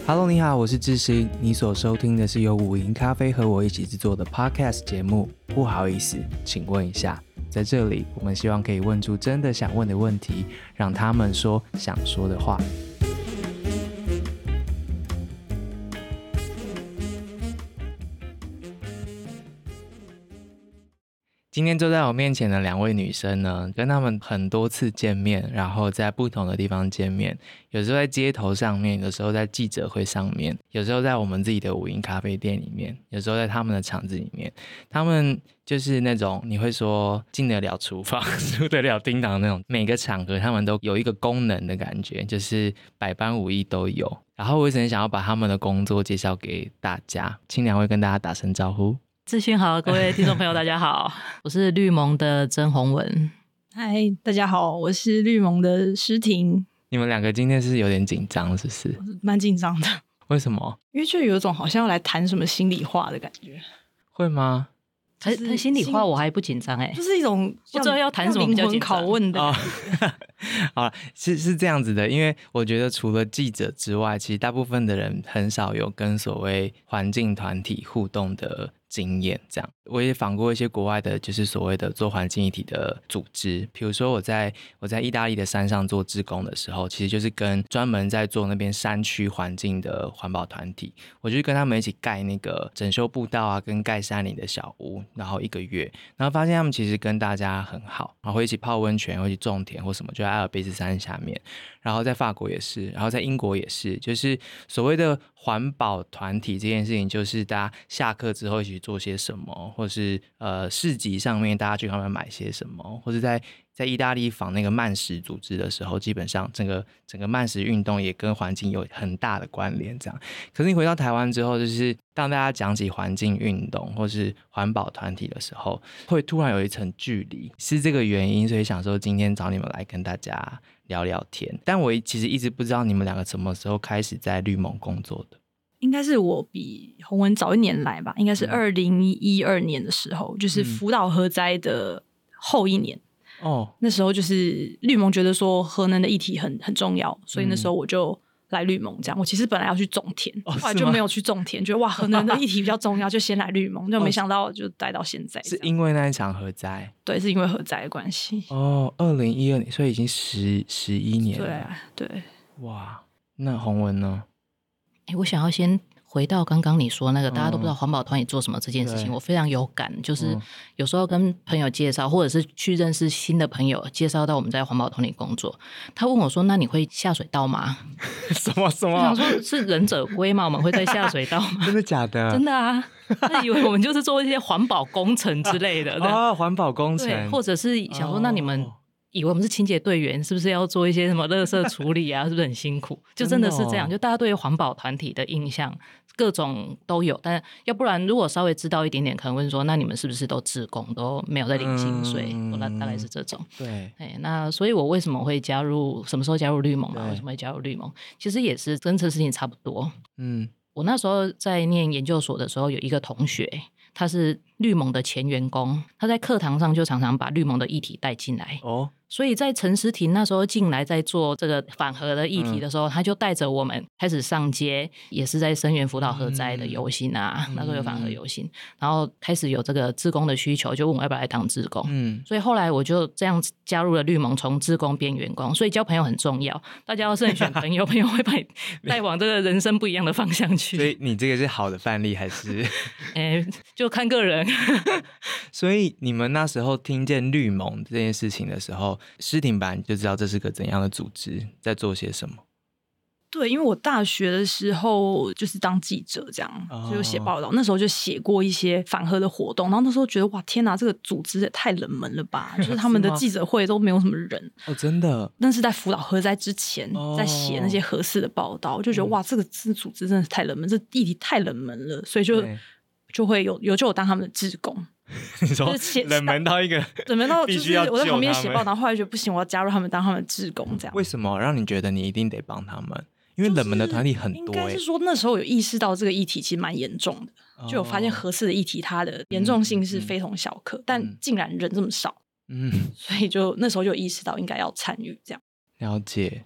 Hello， 你好，我是志兴。你所收听的是由五营咖啡和我一起制作的 Podcast 节目。不好意思，请问一下，在这里，我们希望可以问出真的想问的问题，让他们说想说的话。今天坐在我面前的两位女生呢，跟她们很多次见面，然后在不同的地方见面，有时候在街头上面，有时候在记者会上面，有时候在我们自己的五营咖啡店里面，有时候在他们的场子里面。她们就是那种你会说进得了厨房出得了厅堂那种，每个场合他们都有一个功能的感觉，就是百般武艺都有。然后我一直很想要把他们的工作介绍给大家，请两位跟大家打声招呼。 志勋好，各位听众朋友大家好，我是绿盟的曾宏文。 嗨，大家好，我是绿盟的诗婷。 你们两个今天是有点紧张是不是？ 蛮紧张的。 为什么？ 因为就有一种好像要来谈什么心里话的感觉。 会吗？ 谈心里话我还不紧张就是一种不知道要谈什么比较紧张。 灵魂拷问的感觉。 好了，是这样子的，因为我觉得除了记者之外，其实大部分的人很少有跟所谓环境团体互动的经验。这样，我也访过一些国外的，就是所谓的做环境议题的组织，比如说我在意大利的山上做志工的时候，其实就是跟专门在做那边山区环境的环保团体，我就跟他们一起盖那个整修步道啊，跟盖山林的小屋，然后1个月，然后发现他们其实跟大家很好，然后会一起泡温泉，会一起种田或什么，就在阿尔卑斯山下面。然后在法国也是，然后在英国也是，就是所谓的环保团体这件事情，就是大家下课之后一起做些什么，或是市集上面大家去他们买些什么，或是在意大利访那个慢食组织的时候，基本上整个慢食运动也跟环境有很大的关联。这样，可是你回到台湾之后，就是当大家讲起环境运动或是环保团体的时候，会突然有一层距离，是这个原因，所以想说今天找你们来跟大家聊聊天。但我其实一直不知道你们两个什么时候开始在绿盟工作的。 应该是我比宏文早1年来吧，应该是2012年的时候，就是福岛核灾的后1年。那时候就是绿盟觉得说核能的议题很重要，所以那时候我就来绿盟这样。我其实本来要去种田，后来就没有去种田，觉得哇核能的议题比较重要，就先来绿盟，就没想到就待到现在。 是因为那一场核灾？ 对，是因为核灾的关系。 2012年，所以已经11年了。 对。 哇，那宏文呢？ 我想要先回到刚刚你说那个大家都不知道环保团体做什么这件事情，我非常有感。就是有时候跟朋友介绍，或者是去认识新的朋友，介绍到我们在环保团体工作，他问我说：“那你会下水道吗？” 什么？我想说是忍者龟吗？我们会在下水道吗？ 真的假的？ 真的啊！他以为我们就是做一些环保工程之类的。 环保工程， 对，或者是想说，那你们以为我们是清洁队员，是不是要做一些什么垃圾处理啊？是不是很辛苦？就真的是这样，就大家对于环保团体的印象各种都有，但要不然如果稍微知道一点点，可能会说那你们是不是都志工，都没有在领薪水？大概是这种。 对， 那所以我为什么会加入？什么时候加入绿盟啊？为什么会加入绿盟？其实也是跟这事情差不多。我那时候在念研究所的时候，有一个同学，他是绿盟的前员工，他在课堂上就常常把绿盟的议题带进来。所以在陈诗婷那时候进来在做这个反核的议题的时候，他就带着我们开始上街，也是在声援福岛核灾的游行啊，那时候有反核游行，然后开始有这个志工的需求，就问我要不要来当志工。所以后来我就这样加入了绿盟，从志工变员工。所以交朋友很重要，大家要慎选朋友，朋友会把你带往这个人生不一样的方向去。 所以你这个是好的范例还是？ 就看个人。 所以你们那时候听见绿盟这件事情的时候，诗婷本来就知道这是个怎样的组织，在做些什么。 对，因为我大学的时候就是当记者这样，就写报道，那时候就写过一些反核的活动，然后那时候觉得哇天哪，这个组织也太冷门了吧，就是他们的记者会都没有什么人。 真的。但是在福岛核灾之前，在写那些核四的报道，就觉得哇这个组织真的是太冷门，这议题太冷门了，所以就会有当他们的志工。 你说冷门到一个冷门到就是我在旁边写报道，后来觉得不行，我要加入他们当他们的志工这样。 为什么让你觉得你一定得帮他们？因为冷门的团体很多。应该是说那时候有意识到这个议题其实蛮严重的，就有发现核四的议题它的严重性是非同小可，但竟然人这么少，所以就那时候就意识到应该要参与这样。 了解。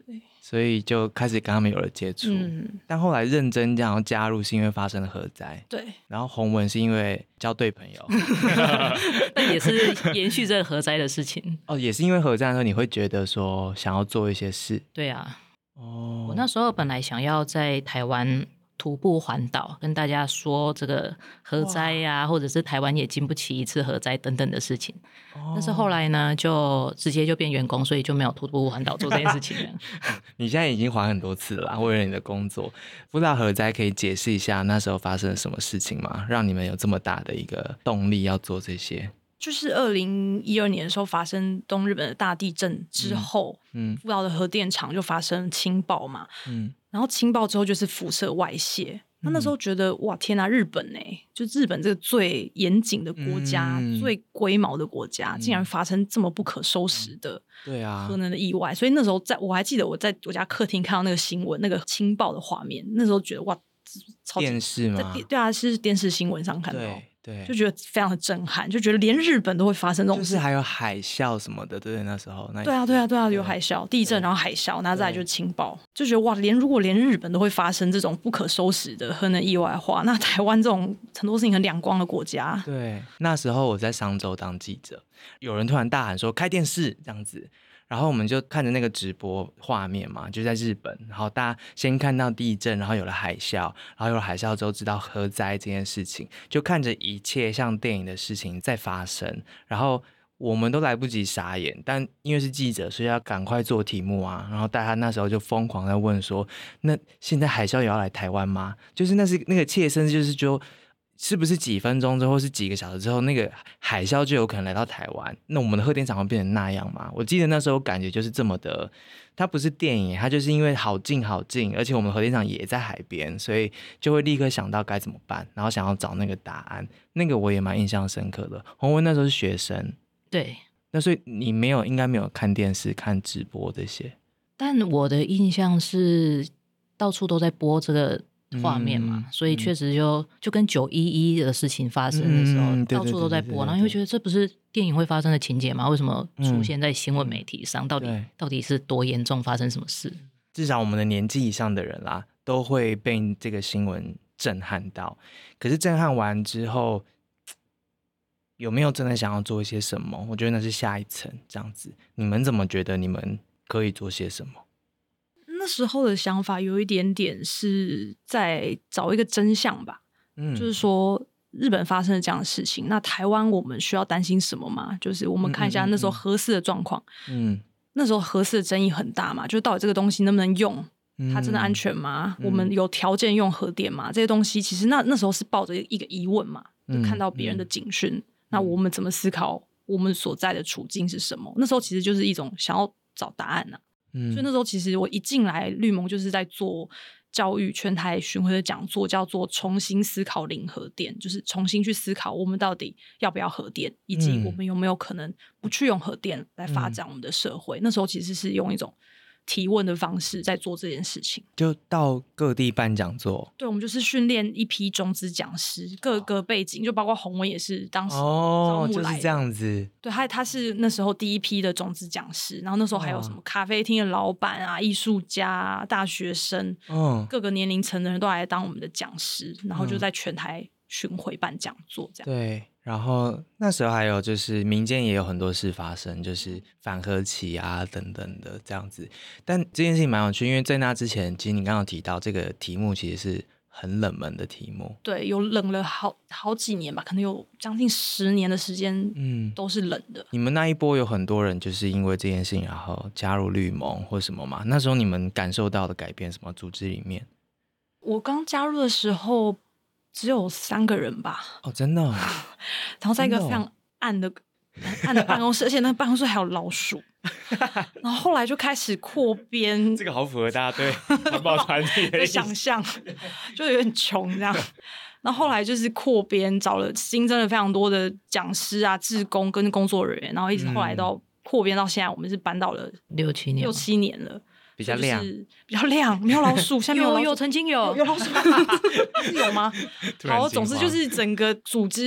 所以就开始跟他们有了接触。但后来认真这样加入是因为发生了核灾， 对。 然后洪文是因为交对朋友， 但也是延续这个核灾的事情。 哦，也是因为核灾的时候，你会觉得说想要做一些事。 对啊，我那时候本来想要在台湾徒步环岛，跟大家说这个核灾啊，或者是台湾也经不起一次核灾等等的事情。但是后来呢，就直接就变员工，所以就没有徒步环岛做这件事情了。 你现在已经环很多次了啦，为了你的工作。不知道核灾可以解释一下那时候发生了什么事情吗？让你们有这么大的一个动力要做这些？ 就是2012年的时候发生东日本的大地震之后，福岛的核电厂就发生氢爆嘛，然后氢爆之后就是辐射外泄。那时候觉得哇天哪，日本就日本这个最严谨的国家，最龟毛的国家，竟然发生这么不可收拾的核能的意外。所以那时候我还记得我在我家客厅看到那个新闻，那个氢爆的画面，那时候觉得哇，超级电视吗？ 对啊，是电视新闻上看到。 对， 就觉得非常的震撼，就觉得连日本都会发生这种事， 就是还有海啸什么的，对，那时候对啊，有海啸、地震，然后海啸，然后再来就是氢爆，就觉得哇，如果连日本都会发生这种不可收拾的核能意外的话，那台湾这种很多事情很两光的国家， 对，那时候我在商周当记者，有人突然大喊说开电视这样子。然后我们就看着那个直播画面嘛，就在日本，然后大家先看到地震，然后有了海啸，然后有了海啸之后知道核灾这件事情，就看着一切像电影的事情在发生，然后我们都来不及傻眼，但因为是记者，所以要赶快做题目啊，然后大家那时候就疯狂在问说，那现在海啸也要来台湾吗？就是那个切身就是是不是几分钟之后，或是几个小时之后，那个海啸就有可能来到台湾？那我们的核电厂会变成那样吗？我记得那时候感觉就是这么的，它不是电影，它就是因为好近，而且我们核电厂也在海边，所以就会立刻想到该怎么办，然后想要找那个答案。那个我也蛮印象深刻的。洪文那时候是学生， 对， 那所以你应该没有看电视、看直播这些。 但我的印象是到处都在播这个画面嘛，所以确实就跟911的事情发生的时候，到处都在播，然后你会觉得这不是电影会发生的情节吗？为什么出现在新闻媒体上？到底是多严重，发生什么事？ 至少我们的年纪以上的人啦，都会被这个新闻震撼到。可是震撼完之后，有没有真的想要做一些什么？我觉得那是下一层这样子。你们怎么觉得你们可以做些什么？ 那时候的想法有一点点是在找一个真相吧，就是说日本发生了这样的事情，那台湾我们需要担心什么吗？就是我们看一下那时候核四的状况，那时候核四的争议很大嘛，就到底这个东西能不能用，它真的安全吗？我们有条件用核电吗？这些东西其实那时候是抱着一个疑问嘛，就看到别人的警讯，那我们怎么思考我们所在的处境是什么？那时候其实就是一种想要找答案啊。所以那时候其实我一进来绿盟就是在做教育全台巡回的讲座，叫做重新思考零核电，就是重新去思考我们到底要不要核电，以及我们有没有可能不去用核电来发展我们的社会。那时候其实是用一种提问的方式在做这件事情，就到各地办讲座。 对，我们就是训练一批种子讲师，各个背景，就包括洪文也是当时招募来的， 就是这样子。 对，他是那时候第一批的种子讲师，然后那时候还有什么咖啡厅的老板啊、艺术家啊、大学生，各个年龄层的人都来当我们的讲师，然后就在全台巡回办讲座这样。 对。然后那时候还有就是民间也有很多事发生，就是反核期啊等等的这样子。但这件事情蛮有趣，因为在那之前，其实你刚刚提到这个题目其实是很冷门的题目。 对，有冷了好几年吧，可能有将近10年的时间，都是冷的。 你们那一波有很多人就是因为这件事情，然后加入绿盟或什么嘛？那时候你们感受到的改变，什么组织里面？ 我刚加入的时候只有3个人吧。 哦，真的然后在一个非常暗的办公室，而且那个办公室还有老鼠。然后后来就开始扩编， 这个好符合大家对环保团体的想象，就有点穷这样。然后后来就是扩编，找了新增了非常多的讲师啊、志工跟工作人员，然后一直后来到扩编到现在，我们是搬到了 6、7年了。 比较亮， 比较亮，没有老鼠。下面有曾经有老鼠，是有吗？好，总之就是整个组织的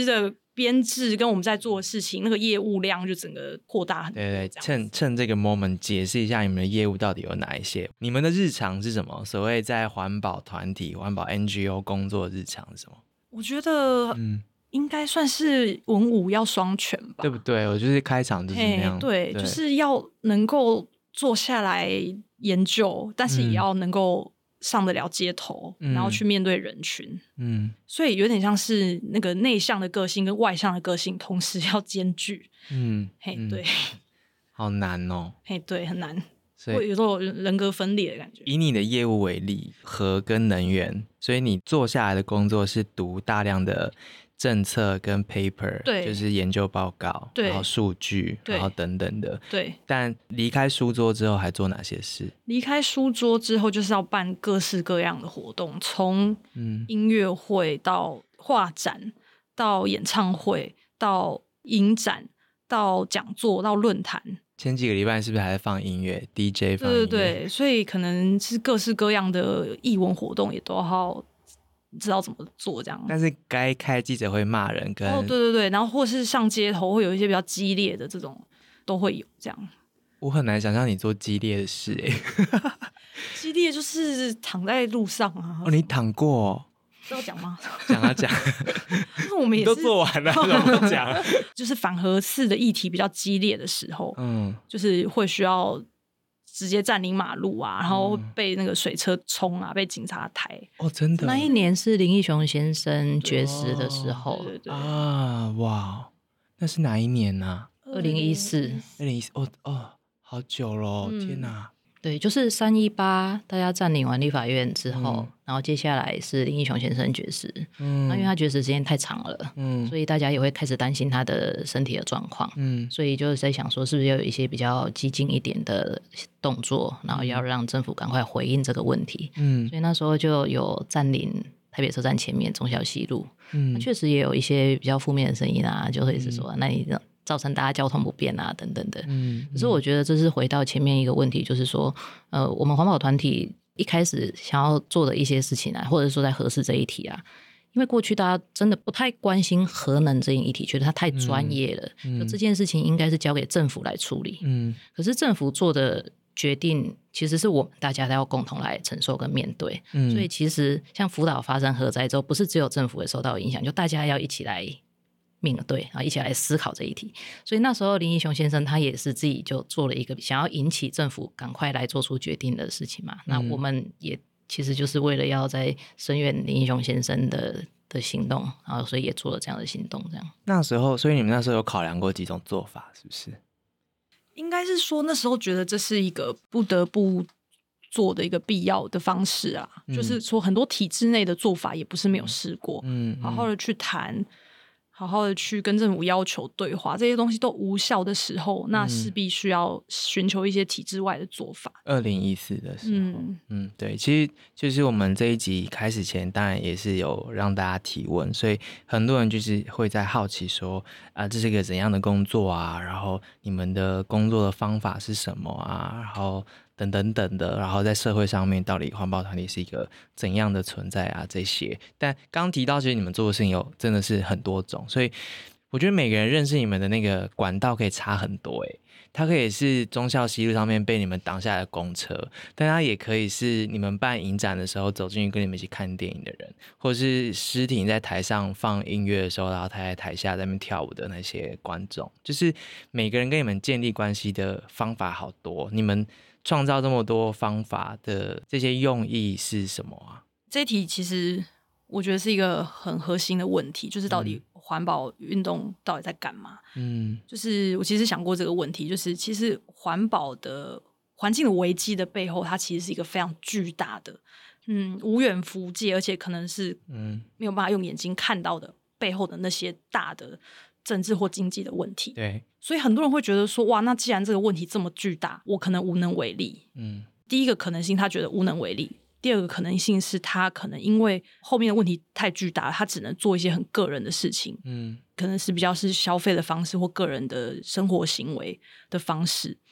编制跟我们在做的事情，那个业务量就整个扩大很多。 对，趁这个 moment 解释一下你们的业务到底有哪一些，你们的日常是什么？所谓在环保团体、环保 NGO 工作的日常是什么？ 我觉得应该算是文武要双全吧， 对不对？我就是开场就是那样， 对，就是要能够坐下来研究，但是也要能够上得了街头，然后去面对人群。所以有点像是那个内向的个性跟外向的个性同时要兼具。对， 好难哦。 对，很难。所以有时候人格分裂的感觉。 以你的业务为例，核跟能源，所以你做下来的工作是读大量的政策跟 paper， 对， 就是研究报告，然后数据，然后等等的。 对。 但离开书桌之后还做哪些事？ 离开书桌之后就是要办各式各样的活动，从音乐会到画展，到演唱会，到影展，到讲座，到论坛。 前几个礼拜是不是还在放音乐 DJ 放音乐？ 对，所以可能是各式各样的艺文活动也都要知道怎么做这样。 但是该开记者会骂人跟对，然后或是上街头会有一些比较激烈的这种都会有这样。 我很难想象你做激烈的事激烈就是躺在路上啊。 你躺过哦？ 是要讲吗？ 讲那我们也是都做完了，怎么讲？ 就是反核四的议题比较激烈的时候，就是会需要直接占领马路啊，然后被那个水车冲啊，被警察抬。 真的？ 那一年是林义雄先生绝食的时候。 对啊，哇，那是哪一年啊 ？2014。 好久了，天哪！ 对，就是318大家占领完立法院之后，然后接下来是林义雄先生绝食。那因为他绝食时间太长了，所以大家也会开始担心他的身体的状况。所以就是在想说，是不是要有一些比较激进一点的动作，然后要让政府赶快回应这个问题。所以那时候就有占领台北车站前面忠孝西路。那确实也有一些比较负面的声音啊，就会是说，那你造成大家交通不便啊，等等的。可是我觉得这是回到前面一个问题，就是说，我们环保团体一开始想要做的一些事情啊，或者说在核四这一题啊，因为过去大家真的不太关心核能这一题，觉得它太专业了，就这件事情应该是交给政府来处理。可是政府做的决定其实是我们大家都要共同来承受跟面对。所以其实像福岛发生核灾之后，不是只有政府会受到影响，就大家要一起来面对，然后一起来思考这一题。所以那时候林义雄先生他也是自己就做了一个想要引起政府赶快来做出决定的事情嘛。那我们也其实就是为了要在声援林义雄先生的行动，然后所以也做了这样的行动。这样那时候，所以你们那时候有考量过几种做法，是不是？ 应该是说那时候觉得这是一个不得不做的一个必要的方式啊。就是说很多体制内的做法也不是没有试过。好好的去谈，好好的去跟政府要求对话，这些东西都无效的时候，那势必需要寻求一些体制外的做法。 2014的时候，对，其实就是我们这一集开始前，当然也是有让大家提问，所以很多人就是会在好奇说，这是一个怎样的工作啊？然后你们的工作的方法是什么啊？然后等等的，然后在社会上面到底环保团体是一个怎样的存在啊？这些，但刚刚提到，其实你们做的事情有真的是很多种，所以我觉得每个人认识你们的那个管道可以差很多。它可以是忠孝西路上面被你们挡下来的公车，但它也可以是你们办影展的时候走进去跟你们一起看电影的人，或是诗婷在台上放音乐的时候，然后他在台下在那边跳舞的那些观众。就是每个人跟你们建立关系的方法好多，你们创造这么多方法的这些用意是什么啊？ 这一题其实我觉得是一个很核心的问题，就是到底环保运动到底在干嘛？就是我其实想过这个问题，就是其实环保的环境的危机的背后，它其实是一个非常巨大的，无远弗届，而且可能是没有办法用眼睛看到的背后的那些大的政治或经济的问题。 对， 所以很多人会觉得说，哇，那既然这个问题这么巨大，我可能无能为力。第一个可能性，他觉得无能为力。第二个可能性是他可能因为后面的问题太巨大了，他只能做一些很个人的事情，可能是比较是消费的方式或个人的生活行为的方式。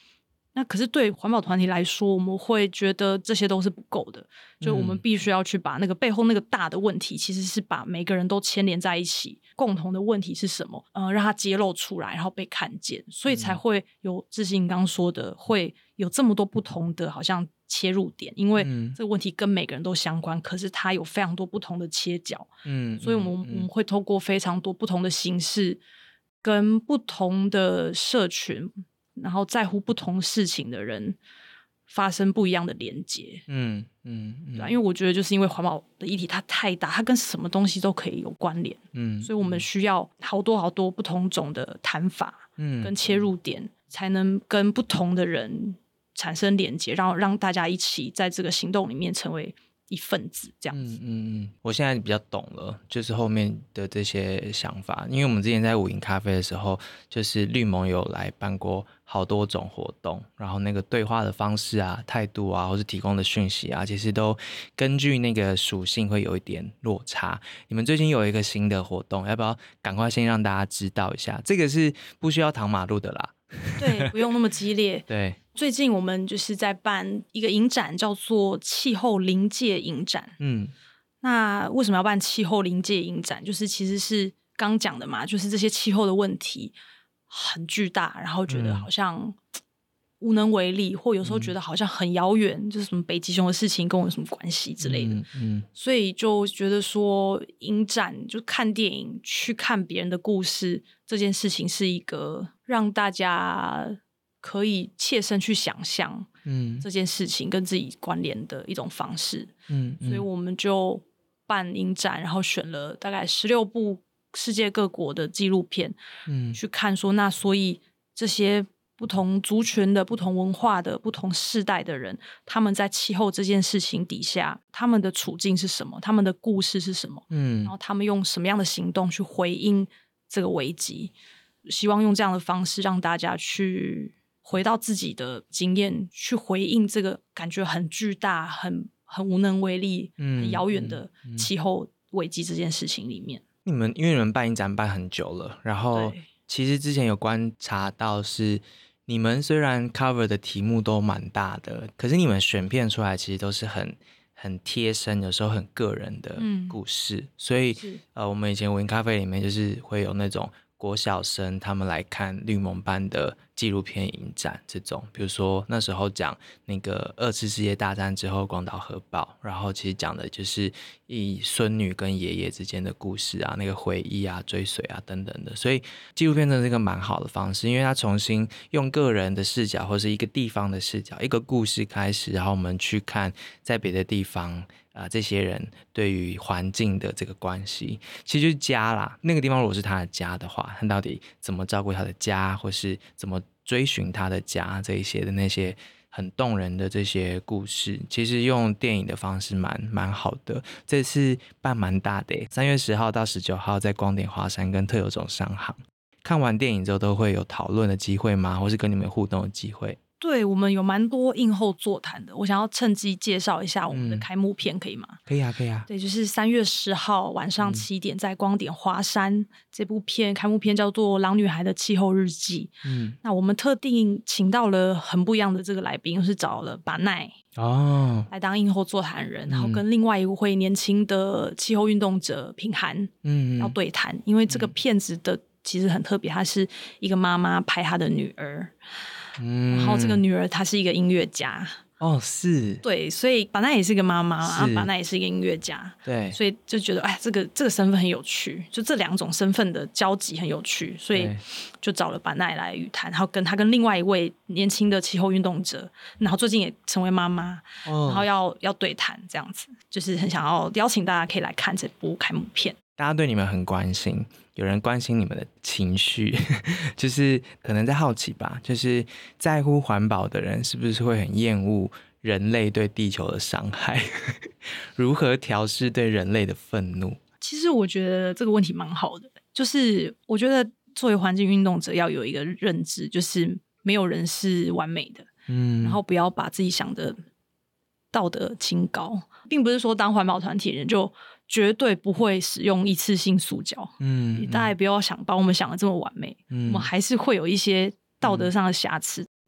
那可是对环保团体来说，我们会觉得这些都是不够的，就我们必须要去把那个背后那个大的问题，其实是把每个人都牵连在一起，共同的问题是什么，让它揭露出来，然后被看见，所以才会有志兴刚说的，会有这么多不同的好像切入点，因为这个问题跟每个人都相关，可是它有非常多不同的切角，所以我们会透过非常多不同的形式，跟不同的社群，然后在乎不同事情的人发生不一样的连结。对啊，因为我觉得就是因为环保的议题它太大，它跟什么东西都可以有关联，所以我们需要好多好多不同种的谈法跟切入点，才能跟不同的人产生连结，让大家一起在这个行动里面成为一份子，这样子。 我现在比较懂了，就是后面的这些想法，因为我们之前在午营咖啡的时候，就是绿盟有来办过好多种活动，然后那个对话的方式啊、态度啊，或是提供的讯息啊，其实都根据那个属性会有一点落差。你们最近有一个新的活动，要不要赶快先让大家知道一下？这个是不需要躺马路的啦。 对，不用那么激烈。 对， 最近我们就是在办一个影展，叫做气候临界影展。那为什么要办气候临界影展？就是其实是刚讲的嘛，就是这些气候的问题很巨大，然后觉得好像无能为力，或有时候觉得好像很遥远，就是什么北极熊的事情跟我有什么关系之类的。所以就觉得说影展就看电影去看别人的故事这件事情是一个让大家可以切身去想象这件事情跟自己关联的一种方式。所以我们就办影展，然后选了大概16部世界各国的纪录片去看说，那所以这些不同族群的、不同文化的、不同世代的人，他们在气候这件事情底下，他们的处境是什么？他们的故事是什么？然后他们用什么样的行动去回应这个危机？希望用这样的方式让大家去回到自己的经验，去回应这个感觉很巨大、很无能为力、很遥远的气候危机这件事情里面。 因为你们办影展办很久了，然后其实之前有观察到是你们虽然 cover 的题目都蛮大的，可是你们选片出来其实都是很贴身，有时候很个人的故事。所以我们以前午营咖啡里面就是会有那种国小生他们来看绿盟办的纪录片影展，这种比如说那时候讲那个2次世界大战之后广岛核爆，然后其实讲的就是以孙女跟爷爷之间的故事啊，那个回忆啊、追随啊等等的。所以纪录片真的是一个蛮好的方式，因为它重新用个人的视角或是一个地方的视角，一个故事开始，然后我们去看在别的地方这些人对于环境的这个关系，其实就是家啦。那个地方如果是他的家的话，他到底怎么照顾他的家，或是怎么追寻他的家，这一些的那些很动人的这些故事，其实用电影的方式蛮好的。这次办蛮大的，3月10号到19号在光点华山跟特有种商行。看完电影之后都会有讨论的机会吗？或是跟你们互动的机会？ 对，我们有蛮多映后座谈的，我想要趁机介绍一下我们的开幕片，可以吗？ 可以啊，可以啊。 对，就是3月10号晚上7点在光点华山，这部片开幕片叫做《狼女孩的气候日记》。那我们特定请到了很不一样的这个来宾，是找了巴奈来当映后座谈人，然后跟另外一位年轻的气候运动者品涵要对谈，因为这个片子的其实很特别，她是一个妈妈拍她的女儿。然后这个女儿她是一个音乐家是， 对，所以巴奈也是一个妈妈，然后巴奈也是一个音乐家， 对，所以就觉得这个身份很有趣，就这2种身份的交集很有趣，所以就找了巴奈来语谈，然后跟另外一位年轻的气候运动者，然后最近也成为妈妈，然后要对谈，这样子，就是很想要邀请大家可以来看这部开幕片。 大家对你们很关心，有人关心你们的情绪就是可能在好奇吧，就是在乎环保的人是不是会很厌恶人类对地球的伤害如何调适对人类的愤怒？ 其实我觉得这个问题蛮好的，就是我觉得作为环境运动者要有一个认知，就是没有人是完美的，然后不要把自己想的道德清高，并不是说当环保团体人就绝对不会使用一次性塑胶，大家也不要把我们想的这么完美，我们还是会有一些道德上的瑕疵，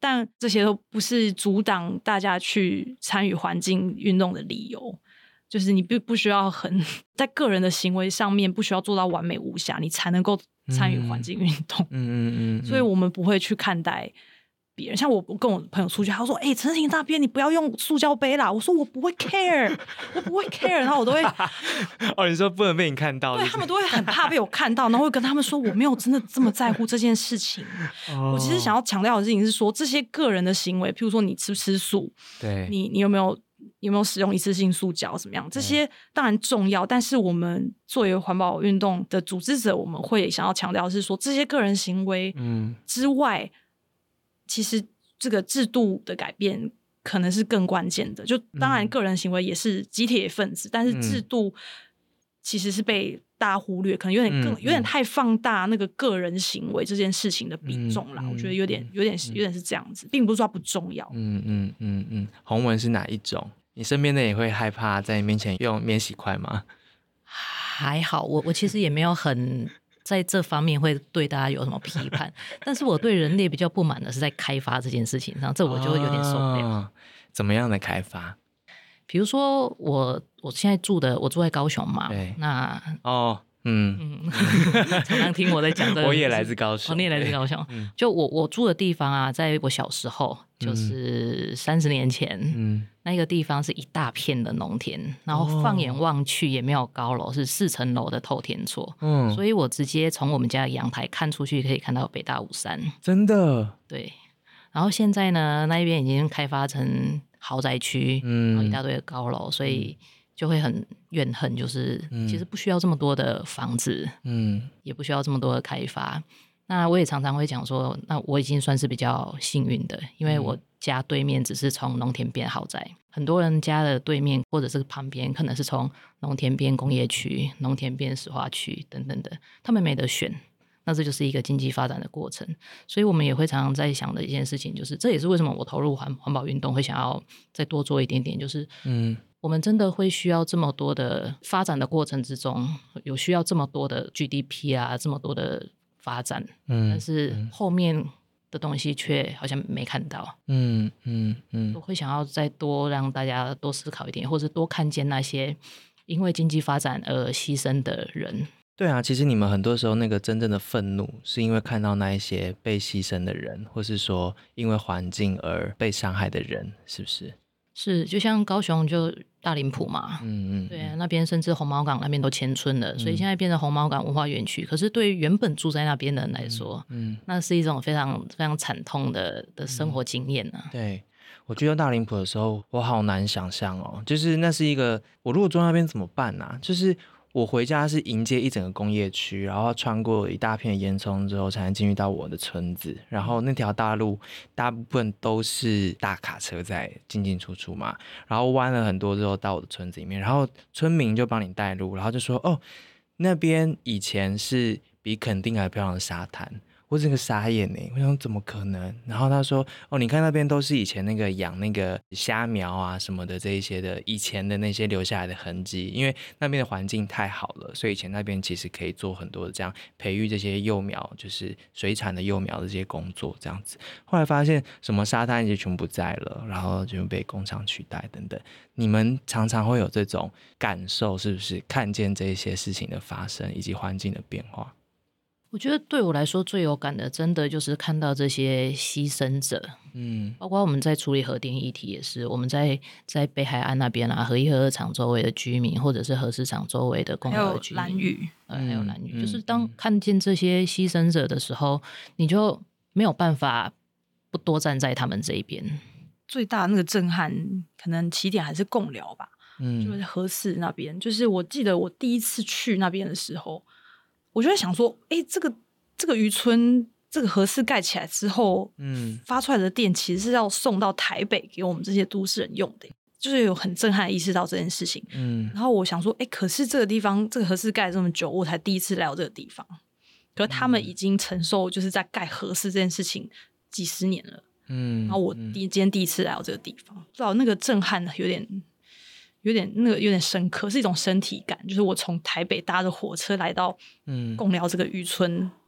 但这些都不是阻挡大家去参与环境运动的理由。就是你不需要在个人的行为上面不需要做到完美无瑕，你才能够参与环境运动。所以我们不会去看待别人。像我跟我朋友出去，他说陈婷那边你不要用塑胶杯啦，我说我不会 care 我不会 care， 然后我都会你说不能被你看到， 对，他们都会很怕被我看到，然后会跟他们说我没有真的这么在乎这件事情。我其实想要强调的事情是说，这些个人的行为，譬如说你吃不吃素， 对， 你有没有使用一次性塑胶怎么样，这些当然重要，但是我们作为环保运动的组织者，我们会想要强调的是说，这些个人行为之外，其实这个制度的改变可能是更关键的。就当然个人行为也是集体分子，但是制度其实是被大家忽略，可能有点太放大那个个人行为这件事情的比重啦。我觉得有点是这样子，并不是说它不重要。 洪文是哪一种？你身边的也会害怕在你面前用免洗筷吗？ 还好，我其实也没有很在这方面会对大家有什么批判，但是我对人类比较不满的是在开发这件事情上，这我就有点受不了。 怎么样的开发？ 比如说我现在住在高雄嘛，那常常听我在讲这个。 我也来自高雄， 你也来自高雄。就我住的地方啊，在我小时候，就是30年前，那个地方是一大片的农田，然后放眼望去也没有高楼，是4层楼的透天厝。所以我直接从我们家的阳台看出去，可以看到北大武山。 真的？ 对。然后现在呢，那边已经开发成豪宅区，然后一大堆的高楼，所以就会很怨恨，就是其实不需要这么多的房子，也不需要这么多的开发。那我也常常会讲说，那我已经算是比较幸运的，因为我家对面只是从农田变豪宅，很多人家的对面或者是旁边可能是从农田变工业区、农田变石化区等等的，他们没得选。那这就是一个经济发展的过程，所以我们也会常常在想的一件事情，就是这也是为什么我投入环保运动会想要再多做一点点，就是我们真的会需要这么多的发展的过程之中，有需要这么多的 GDP 啊，这么多的发展，但是后面的东西却好像没看到。我会想要再多让大家多思考一点，或是多看见那些因为经济发展而牺牲的人。 对啊，其实你们很多时候那个真正的愤怒是因为看到那一些被牺牲的人，或是说因为环境而被伤害的人，是不是？ 是，就像高雄就大林埔嘛，对啊，那边甚至红毛港那边都迁村了，所以现在变成红毛港文化园区。可是对于原本住在那边的人来说，那是一种非常非常惨痛的生活经验啊。 对，我去到大林埔的时候，我好难想象哦，就是那是一个，我如果住那边怎么办啊？就是我回家是迎接一整个工业区，然后穿过一大片烟囱之后才能进入到我的村子，然后那条大路大部分都是大卡车在进进出出嘛，然后弯了很多之后到我的村子里面，然后村民就帮你带路，然后就说那边以前是比垦丁还漂亮的沙滩。我整个傻眼耶，我想怎么可能？然后他说你看那边都是以前那个养那个虾苗啊什么的这一些的以前的那些留下来的痕迹，因为那边的环境太好了，所以以前那边其实可以做很多的这样培育这些幼苗，就是水产的幼苗的这些工作这样子。后来发现什么沙滩已经全部不在了，然后就被工厂取代等等。你们常常会有这种感受，是不是？看见这些事情的发生以及环境的变化。 我觉得对我来说最有感的真的就是看到这些牺牲者，包括我们在处理核电议题也是，我们在北海岸那边啊，核一核二厂周围的居民，或者是核四厂周围的公有居民，还有兰屿，就是当看见这些牺牲者的时候，你就没有办法不多站在他们这一边。 最大的那个震撼可能起点还是贡寮吧，就是核四那边，就是我记得我第一次去那边的时候，我就在想说，这个渔村，这个核四盖起来之后，发出来的电其实是要送到台北给我们这些都市人用的，就是有很震撼意识到这件事情。然后我想说，可是这个地方，这个核四盖这么久，我才第一次来到这个地方，可是他们已经承受就是在盖核四这件事情几十年了。然后我今天第一次来到这个地方，不知道那个震撼有点深刻，是一种身体感，就是我从台北搭着火车来到贡寮这个渔村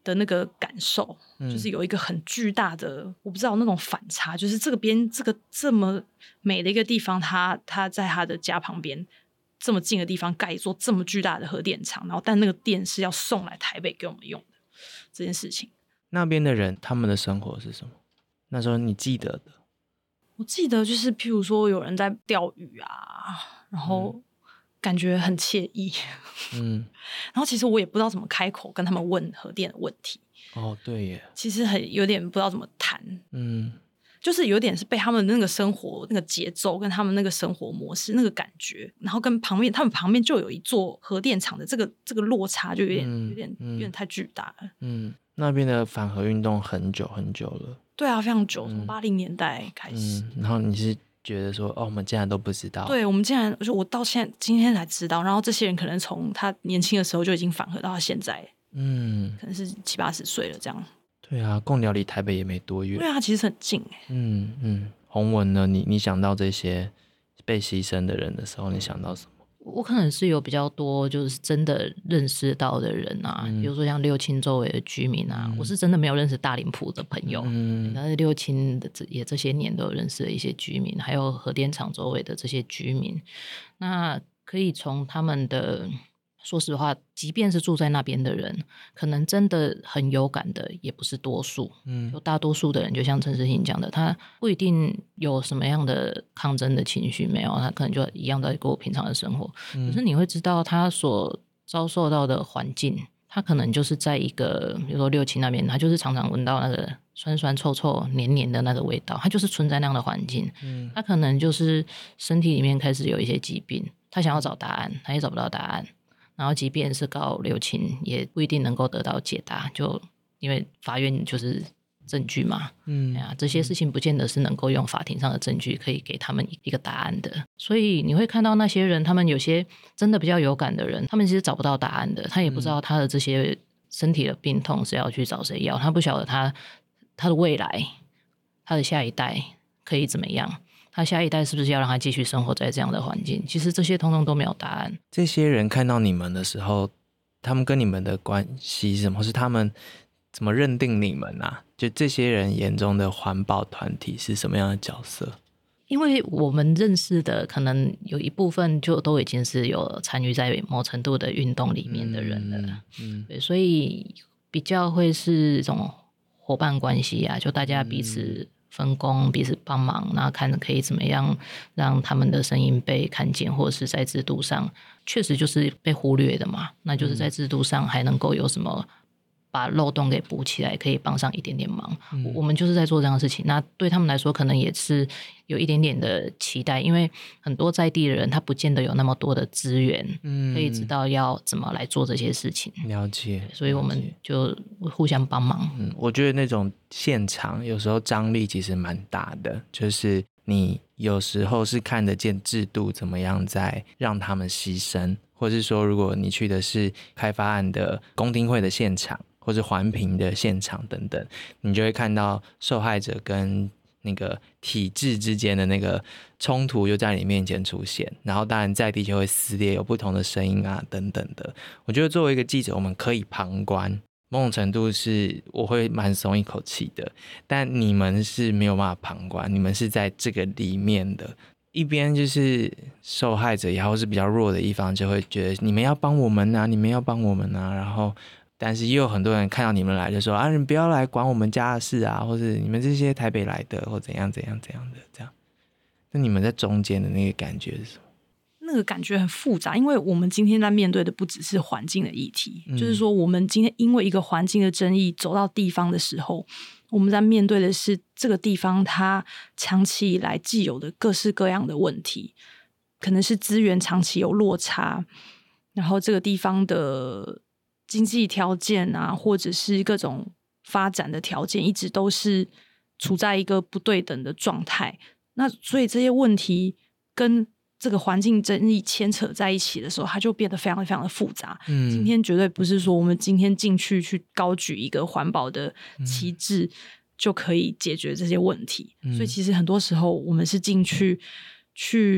的那个感受，就是有一个很巨大的，我不知道那种反差，就是这个这么美的一个地方，他在他的家旁边这么近的地方盖一座这么巨大的核电厂，然后但那个电是要送来台北给我们用的这件事情。 那边的人他们的生活是什么？那时候你记得的？ 我记得就是譬如说有人在钓鱼啊，然后感觉很惬意，然后其实我也不知道怎么开口跟他们问核电的问题。 哦，对耶， 其实有点不知道怎么谈，就是有点是被他们那个生活那个节奏跟他们那个生活模式那个感觉，然后跟他们旁边就有一座核电厂的这个落差就有点太巨大了。 那边的反核运动很久很久了。 对啊，非常久，从80年代开始。 然后你是觉得说，我们竟然都不知道？ 对，我们竟然，我到今天才知道。然后这些人可能从他年轻的时候就已经反核到他现在，可能是70、80岁了这样。 对啊，贡寮离台北也没多远。 对啊，其实很近。 洪文呢？你想到这些被牺牲的人的时候，你想到什么？ 我可能是有比较多就是真的认识到的人啊，比如说像六轻周围的居民啊，我是真的没有认识大林埔的朋友，但是六轻的这些年都有认识了一些居民，还有核电厂周围的这些居民，那可以从他们的。说实话，即便是住在那边的人，可能真的很有感的也不是多数。就大多数的人，就像陈世兴讲的，他不一定有什么样的抗争的情绪，没有，他可能就一样在过平常的生活。可是你会知道，他所遭受到的环境，他可能就是在一个，比如说六轻那边，他就是常常闻到那个酸酸臭臭黏黏的那个味道，他就是存在那样的环境。他可能就是身体里面开始有一些疾病，他想要找答案，他也找不到答案。然后即便是告六轻也不一定能够得到解答，就因为法院就是证据嘛，这些事情不见得是能够用法庭上的证据可以给他们一个答案的。所以你会看到那些人，他们有些真的比较有感的人，他们其实找不到答案的，他也不知道他的这些身体的病痛是要去找谁要，他不晓得他的未来，他的下一代可以怎么样，他下一代是不是要让他继续生活在这样的环境？其实这些通通都没有答案。 这些人看到你们的时候，他们跟你们的关系是什么？是他们怎么认定你们啊？就这些人眼中的环保团体是什么样的角色？ 因为我们认识的可能有一部分就都已经是有参与在某程度的运动里面的人了，对，所以比较会是这种伙伴关系啊，就大家彼此分工，彼此帮忙，然后看可以怎么样让他们的声音被看见，或者是在制度上确实就是被忽略的嘛，那就是在制度上还能够有什么把漏洞给补起来，可以帮上一点点忙。我们就是在做这样的事情，那对他们来说可能也是有一点点的期待，因为很多在地的人他不见得有那么多的资源，可以知道要怎么来做这些事情。 了解， 所以我们就互相帮忙。 我觉得那种现场有时候张力其实蛮大的，就是你有时候是看得见制度怎么样在让他们牺牲，或是说如果你去的是开发案的公听会的现场，或是环评的现场等等，你就会看到受害者跟那个体制之间的那个冲突就在你面前出现，然后当然在地就会撕裂，有不同的声音啊等等的。我觉得作为一个记者，我们可以旁观，某种程度是我会蛮松一口气的，但你们是没有办法旁观，你们是在这个里面的。一边就是受害者也好，是比较弱的一方，就会觉得你们要帮我们啊，你们要帮我们啊，然后但是也有很多人看到你们来就说啊，你不要来管我们家的事啊，或者你们这些台北来的或怎样怎样怎样的这样。那你们在中间的那个感觉是什么？ 那个感觉很复杂，因为我们今天在面对的不只是环境的议题，就是说我们今天因为一个环境的争议走到地方的时候，我们在面对的是这个地方它长期以来既有的各式各样的问题，可能是资源长期有落差，然后这个地方的经济条件啊，或者是各种发展的条件一直都是处在一个不对等的状态，那所以这些问题跟这个环境争议牵扯在一起的时候，它就变得非常非常的复杂。今天绝对不是说我们今天进去高举一个环保的旗帜就可以解决这些问题，所以其实很多时候我们是进去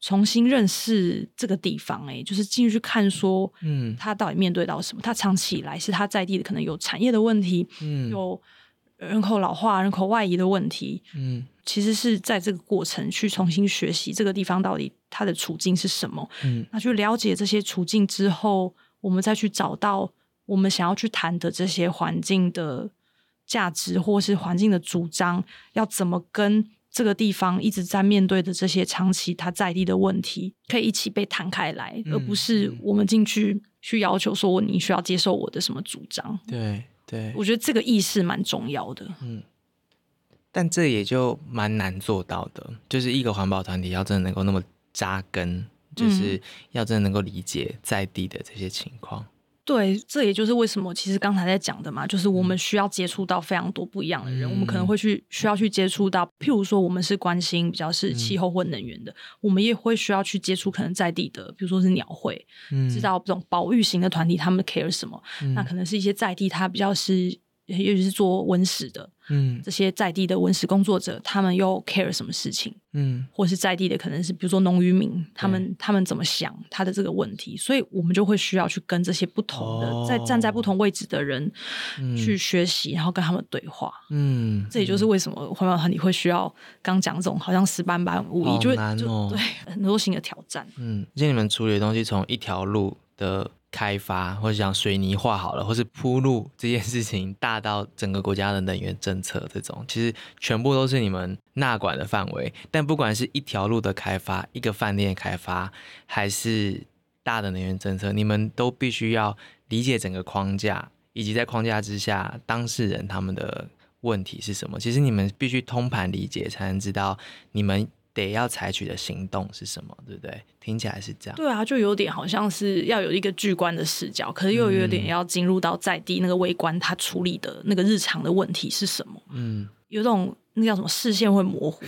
重新认识这个地方，就是进去看说他到底面对到什么，他长期以来是他在地的可能有产业的问题，有人口老化、人口外移的问题，其实是在这个过程去重新学习这个地方到底它的处境是什么，那去了解这些处境之后，我们再去找到我们想要去谈的这些环境的价值或是环境的主张，要怎么跟这个地方一直在面对的这些长期它在地的问题可以一起被摊开来，而不是我们进去要求说你需要接受我的什么主张。 对对， 我觉得这个意识蛮重要的。 但这也就蛮难做到的，就是一个环保团体要真的能够那么扎根，就是要真的能够理解在地的这些情况。 对，这也就是为什么其实刚才在讲的嘛，就是我们需要接触到非常多不一样的人，我们可能会需要去接触到，譬如说我们是关心比较是气候或能源的，我们也会需要去接触可能在地的，比如说是鸟会，知道这种保育型的团体他们 care 什么，那可能是一些在地他比较是也许是做文史的，这些在地的文史工作者，他们又 care 什么事情，或是在地的可能是比如说农渔民，他们怎么想他的这个问题，所以我们就会需要去跟这些不同的，在站在不同位置的人去学习，然后跟他们对话。这也就是为什么环保团体会需要刚讲这种好像10般武艺，就对很多新的挑战。 而且你们处理的东西从一条路的开发，或者讲水泥化好了，或是铺路这件事情，大到整个国家的能源政策，这种其实全部都是你们纳管的范围。但不管是一条路的开发、一个饭店的开发，还是大的能源政策，你们都必须要理解整个框架，以及在框架之下当事人他们的问题是什么。其实你们必须通盘理解，才能知道你们得要采取的行动是什么，对不对？听起来是这样。 对啊，就有点好像是要有一个巨观的视角，可是又有点要进入到在地那个微观他处理的那个日常的问题是什么。有种那叫什么视线会模糊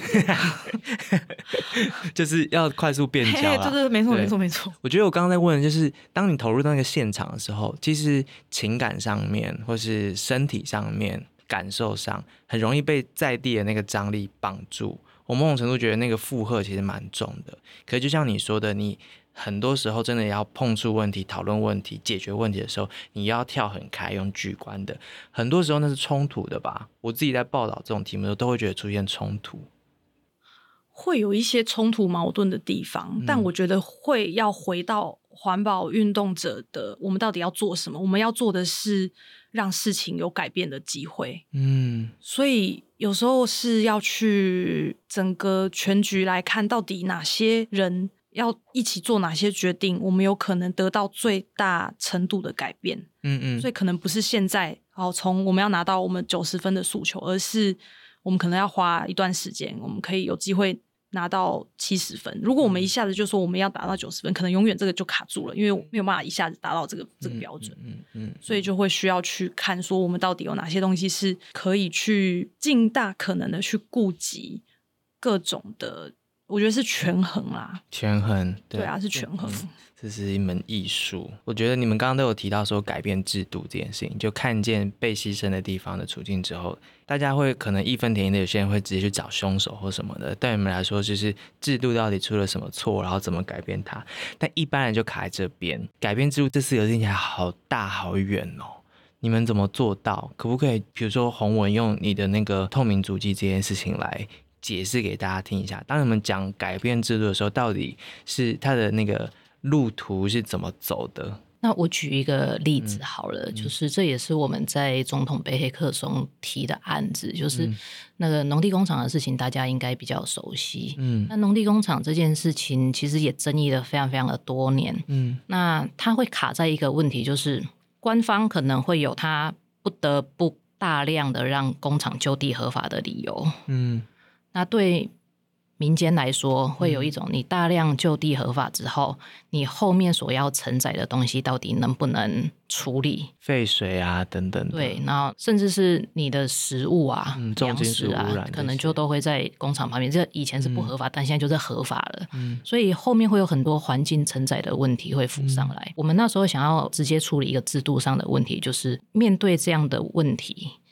就是要快速变焦啦。 对，没错。 我觉得我刚刚在问的就是当你投入到那个现场的时候，其实情感上面或是身体上面感受上很容易被在地的那个张力绑住，我某种程度觉得那个负荷其实蛮重的。可是就像你说的，你很多时候真的要碰触问题、讨论问题、解决问题的时候，你要跳很开，用巨观的，很多时候那是冲突的吧。我自己在报道这种题目的时候都会觉得出现冲突， 会有一些冲突矛盾的地方，但我觉得会要回到环保运动者的我们到底要做什么，我们要做的是让事情有改变的机会。所以有时候是要去整个全局来看到底哪些人要一起做哪些决定，我们有可能得到最大程度的改变。所以可能不是现在从我们要拿到我们90分的诉求，而是我们可能要花一段时间，我们可以有机会拿到70分。如果我们一下子就说我们要达到90分，可能永远这个就卡住了，因为没有办法一下子达到这个标准。所以就会需要去看说我们到底有哪些东西是可以去尽大可能的去顾及各种的，我觉得是权衡啦。 权衡， 对啊，是权衡。 这是一门艺术。我觉得你们刚刚都有提到说改变制度这件事情，就看见被牺牲的地方的处境之后，大家会可能义愤填膺的，有些人会直接去找凶手或什么的。对你们来说，就是制度到底出了什么错，然后怎么改变它。但一般人就卡在这边，改变制度这4个字听起来好大好远哦。你们怎么做到？可不可以比如说洪文用你的那个透明足迹这件事情来解释给大家听一下，当你们讲改变制度的时候，到底是它的那个路途是怎么走的？ 那我举一个例子好了，就是这也是我们在总统杯黑客松提的案子，就是那个农地工厂的事情，大家应该比较熟悉。那农地工厂这件事情其实也争议了非常非常的多年。那它会卡在一个问题，就是官方可能会有它不得不大量的让工厂就地合法的理由。那对民间来说会有一种你大量就地合法之后，你后面所要承载的东西到底能不能处理废水啊等等的。 对，然后甚至是你的食物啊、 重金属污染可能就都会在工厂旁边。这以前是不合法，但现在就是合法了。所以后面会有很多环境承载的问题会浮上来。我们那时候想要直接处理一个制度上的问题，就是面对这样的问题，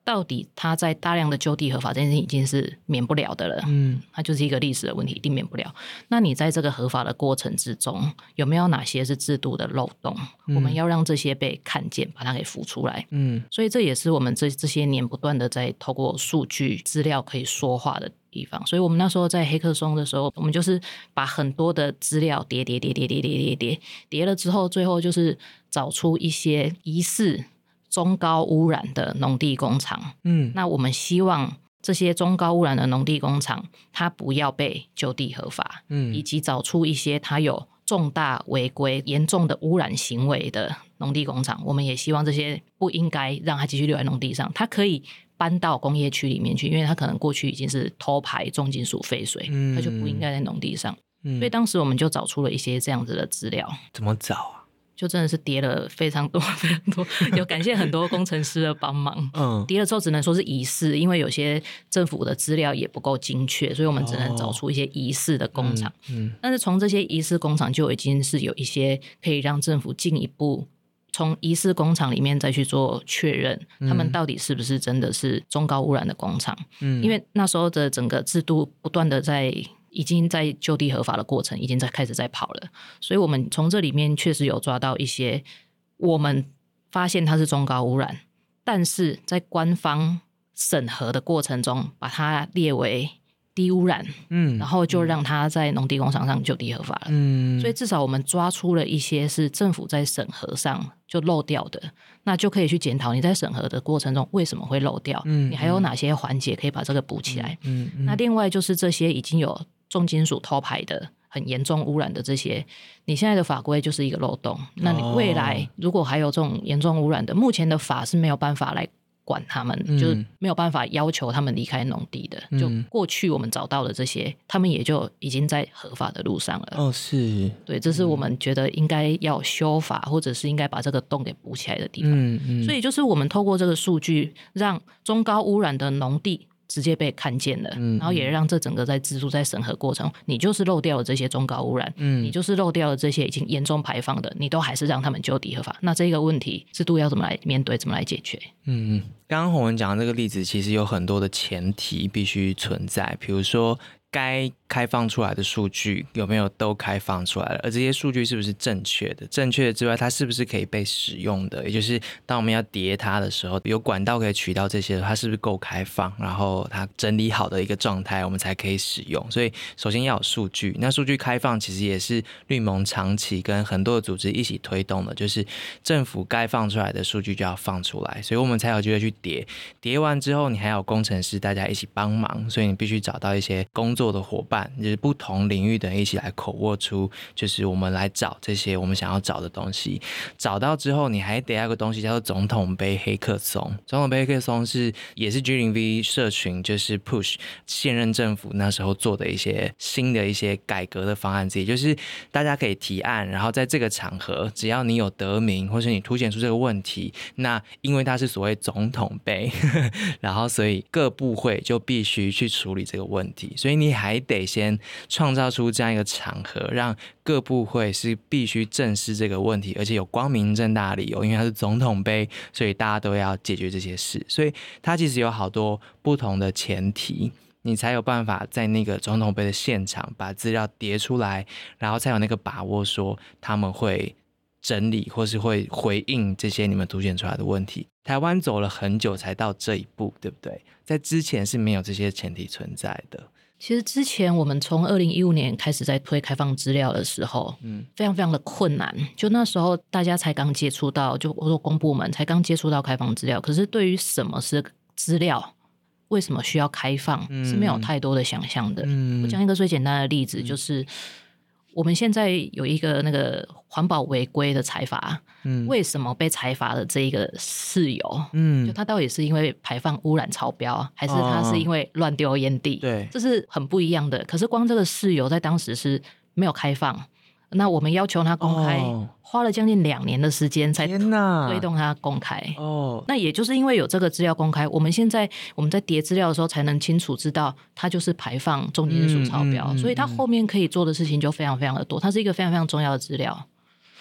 到底它在大量的就地合法这件事情已经是免不了的了，它就是一个历史的问题，一定免不了。那你在这个合法的过程之中，有没有哪些是制度的漏洞？我们要让这些被看见，把它给浮出来。所以这也是我们这些年不断的在透过数据资料可以说话的地方。所以我们那时候在黑客松的时候，我们就是把很多的资料叠了之后，最后就是找出一些疑似中高污染的农地工厂。那我们希望这些中高污染的农地工厂它不要被就地合法，以及找出一些它有重大违规严重的污染行为的农地工厂，我们也希望这些不应该让它继续留在农地上，它可以搬到工业区里面去，因为它可能过去已经是偷排重金属废水，它就不应该在农地上。所以当时我们就找出了一些这样子的资料。 怎么找啊？ 就真的是叠了非常多非常多，有感谢很多工程师的帮忙。叠了之后只能说是疑似，因为有些政府的资料也不够精确，所以我们只能找出一些疑似的工厂。但是从这些疑似工厂就已经是有一些可以让政府进一步从疑似工厂里面再去做确认，他们到底是不是真的是中高污染的工厂。因为那时候的整个制度不断的已经在就地合法的过程已经开始在跑了，所以我们从这里面确实有抓到一些我们发现它是中高污染，但是在官方审核的过程中把它列为低污染，然后就让它在农地工厂上就地合法了。所以至少我们抓出了一些是政府在审核上就漏掉的，那就可以去检讨你在审核的过程中为什么会漏掉，你还有哪些环节可以把这个补起来。那另外就是这些已经有重金属偷排的很严重污染的这些，你现在的法规就是一个漏洞。那你未来如果还有这种严重污染的，目前的法是没有办法来管他们，就是没有办法要求他们离开农地的。就过去我们找到的这些，他们也就已经在合法的路上了。 是， 对，这是我们觉得应该要修法，或者是应该把这个洞给补起来的地方。所以就是我们透过这个数据，让中高污染的农地直接被看见了，然后也让这整个在制度在审核过程，你就是漏掉了这些中高污染，你就是漏掉了这些已经严重排放的，你都还是让他们就地合法。那这个问题制度要怎么来面对，怎么来解决？ 刚刚洪文讲的这个例子其实有很多的前提必须存在，比如说该开放出来的数据有没有都开放出来了，而这些数据是不是正确的？正确的之外，它是不是可以被使用的？也就是当我们要叠它的时候，有管道可以取到这些，它是不是够开放？然后它整理好的一个状态，我们才可以使用。所以首先要有数据，那数据开放其实也是绿盟长期跟很多的组织一起推动的，就是政府该放出来的数据就要放出来，所以我们才有机会去叠。叠完之后，你还有工程师大家一起帮忙，所以你必须找到一些工作的伙伴，就是不同领域的人一起来口握出，就是我们来找这些我们想要找的东西。找到之后，你还得要有个东西叫做总统杯黑客松。总统杯黑客松也是 G0V 社群就是 push 现任政府那时候做的一些新的一些改革的方案之一，就是大家可以提案，然后在这个场合，只要你有得名或是你凸显出这个问题，那因为它是所谓总统杯然后所以各部会就必须去处理这个问题，所以你还得先创造出这样一个场合，让各部会是必须正视这个问题，而且有光明正大的理由，因为它是总统杯，所以大家都要解决这些事。所以它其实有好多不同的前提，你才有办法在那个总统杯的现场把资料叠出来，然后才有那个把握说他们会整理或是会回应这些你们凸显出来的问题。台湾走了很久才到这一步，对不对？在之前是没有这些前提存在的。 其实之前我们从2015年开始在推开放资料的时候，非常非常的困难。就那时候大家才刚接触到，就我说公部门才刚接触到开放资料，可是对于什么是资料，为什么需要开放，是没有太多的想象的。我讲一个最简单的例子，就是我们现在有一个那个环保违规的裁罚，为什么被裁罚的这一个事由，就他到底是因为排放污染超标，还是他是因为乱丢烟蒂？ 对， 这是很不一样的。可是光这个事由在当时是没有开放，那我们要求他公开，花了将近2年的时间才推动他公开。那也就是因为有这个资料公开，我们在叠资料的时候才能清楚知道它就是排放重金属超标，所以它后面可以做的事情就非常非常的多，它是一个非常非常重要的资料。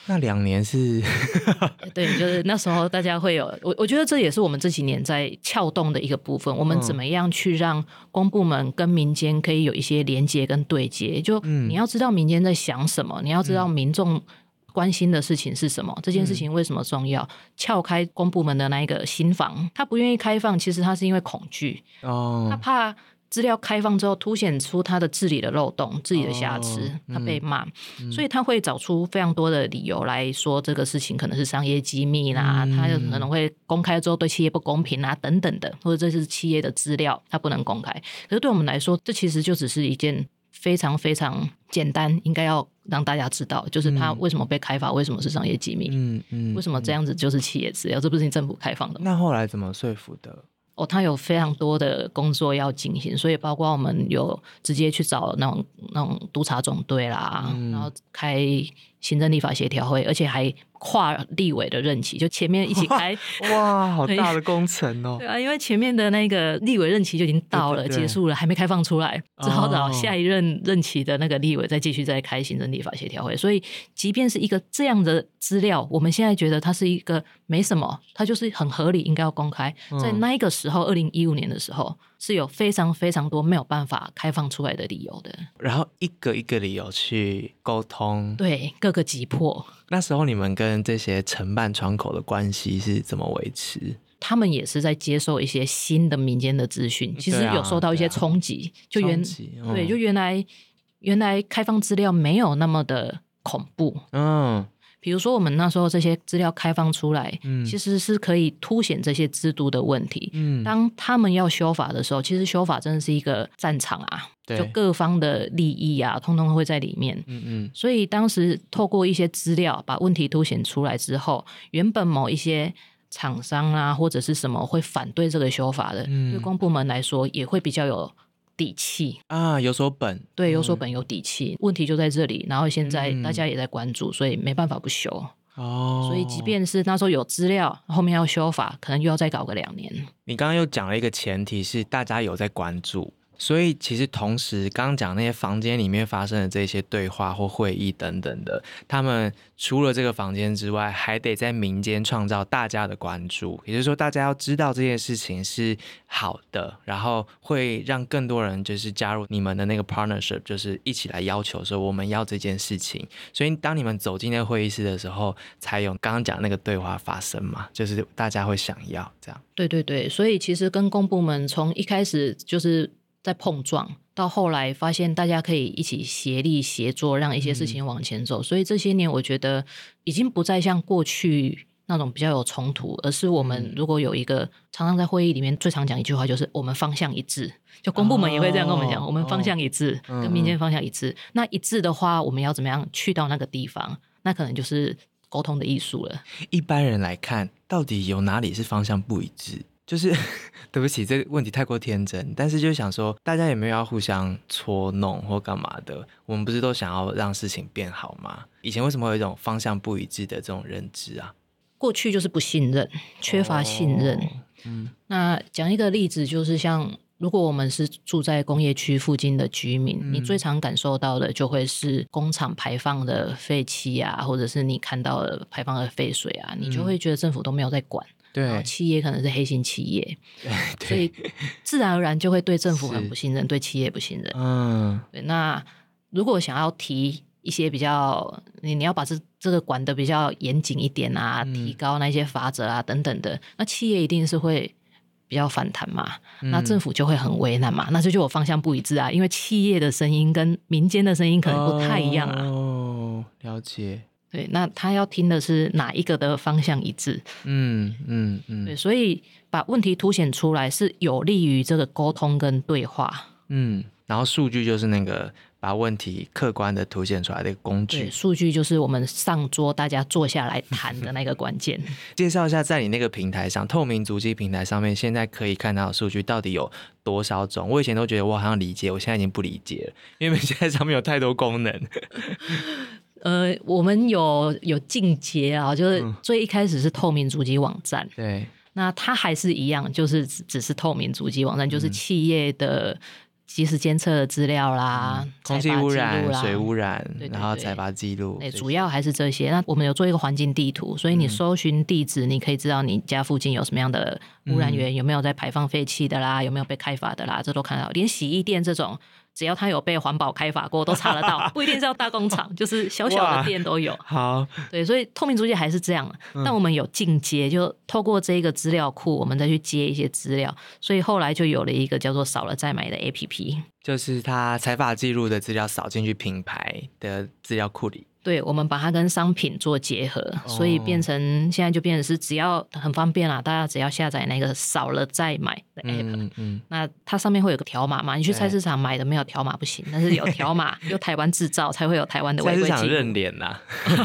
那2年是对，就是那时候大家会有我觉得这也是我们这几年在撬动的一个部分，我们怎么样去让公部门跟民间可以有一些连接跟对接，就你要知道民间在想什么，你要知道民众关心的事情是什么，这件事情为什么重要，撬开公部门的那一个心防，他不愿意开放，其实他是因为恐惧，他怕资料开放之后凸显出他的治理的漏洞、治理的瑕疵，他被骂，所以他会找出非常多的理由来说这个事情可能是商业机密啦，他可能会公开之后对企业不公平啊等等的，或者这是企业的资料他不能公开。可是对我们来说，这其实就只是一件非常非常简单应该要让大家知道，就是他为什么被开发，为什么是商业机密，为什么这样子就是企业资料，这不是政府开放的吗？ 那后来怎么说服的？ 他有非常多的工作要进行，所以包括我们有直接去找那种督察总队啦，然后开行政立法协调会，而且还跨立委的任期，就前面一起开。 哇，好大的工程哦！ 对啊，因为前面的那个立委任期就已经到了，结束了，还没开放出来，只好找下一任任期的那个立委再继续再开行政立法协调会。所以，即便是一个这样的资料，我们现在觉得它是一个没什么，它就是很合理，应该要公开。在那一个时候，2015年的时候，是有非常非常多没有办法开放出来的理由的。 然后一个一个理由去沟通， 对，各个击破。 那时候你们跟这些承办窗口的关系是怎么维持？ 他们也是在接受一些新的民间的资讯，其实有受到一些冲击，就原来开放资料没有那么的恐怖。比如说我们那时候这些资料开放出来，其实是可以凸显这些制度的问题。当他们要修法的时候，其实修法真的是一个战场啊，就各方的利益啊通通会在里面。所以当时透过一些资料把问题凸显出来之后，原本某一些厂商啊或者是什么会反对这个修法的，对公部门来说也会比较有底气啊，有所本， 对，有所本有底气。问题就在这里，然后现在大家也在关注，所以没办法不修。所以即便是那时候有资料，后面要修法，可能又要再搞个2年。 你刚刚又讲了一个前提是大家有在关注，所以其实同时刚刚讲那些房间里面发生的这些对话或会议等等的，他们除了这个房间之外，还得在民间创造大家的关注，也就是说大家要知道这件事情是好的，然后会让更多人就是加入你们的那个 partnership， 就是一起来要求说我们要这件事情。所以当你们走进那个会议室的时候，才有刚刚讲那个对话发生嘛，就是大家会想要这样。 对对对，所以其实跟公部门从一开始就是在碰撞，到后来发现大家可以一起协力协作，让一些事情往前走。所以这些年我觉得已经不再像过去那种比较有冲突，而是我们如果有一个常常在会议里面最常讲一句话，就是我们方向一致。就公部门也会这样跟我们讲，我们方向一致，跟民间方向一致。那一致的话，我们要怎么样去到那个地方？那可能就是沟通的艺术了。 一般人来看，到底有哪里是方向不一致？就是对不起，这个问题太过天真，但是就想说大家有没有要互相戳弄或干嘛的？我们不是都想要让事情变好吗？以前为什么会有一种方向不一致的这种认知啊？ 过去就是不信任，缺乏信任。那讲一个例子，就是像如果我们是住在工业区附近的居民，你最常感受到的就会是工厂排放的废气啊，或者是你看到的排放的废水啊，你就会觉得政府都没有在管。 对， 企业可能是黑心企业，所以自然而然就会对政府很不信任，对企业不信任。对。那如果想要提一些比较，你要把这个管得比较严谨一点啊，提高那些法则啊等等的，那企业一定是会比较反弹嘛，那政府就会很为难嘛，那就有方向不一致啊，因为企业的声音跟民间的声音可能不太一样啊。 了解。 对，那他要听的是哪一个的方向一致？对，所以把问题凸显出来是有利于这个沟通跟对话。 然后数据就是那个把问题客观的凸显出来的一个工具。 对，数据就是我们上桌大家坐下来谈的那个关键。 介绍一下，在你那个平台上，透明足迹平台上面，现在可以看到的数据到底有多少种？我以前都觉得我好像理解，我现在已经不理解了，因为现在上面有太多功能。 我们有进阶啊，就是最一开始是透明足迹网站， 对， 那它还是一样，就是只是透明足迹网站，就是企业的即时监测的资料啦， 空气污染、水污染， 对对对， 然后采伐记录， 主要还是这些。那我们有做一个环境地图，所以你搜寻地址，你可以知道你家附近有什么样的污染源，有没有在排放废气的啦，有没有被开发的啦，这都看到。连洗衣店这种，只要它有被环保开发过，都查得到，不一定是要大工厂，就是小小的店都有。 好， 对，所以透明租借还是这样，但我们有进阶，就透过这个资料库，我们再去接一些资料，所以后来就有了一个叫做扫了再买的 APP， 就是它采伐记录的资料扫进去品牌的资料库里。 对，我们把它跟商品做结合，所以现在就变成是只要很方便啦，大家只要下载那个扫了再买的 app，那它上面会有个条码嘛，你去菜市场买的没有条码不行，但是有条码有台湾制造才会有台湾的违规记录。 菜市场认脸啦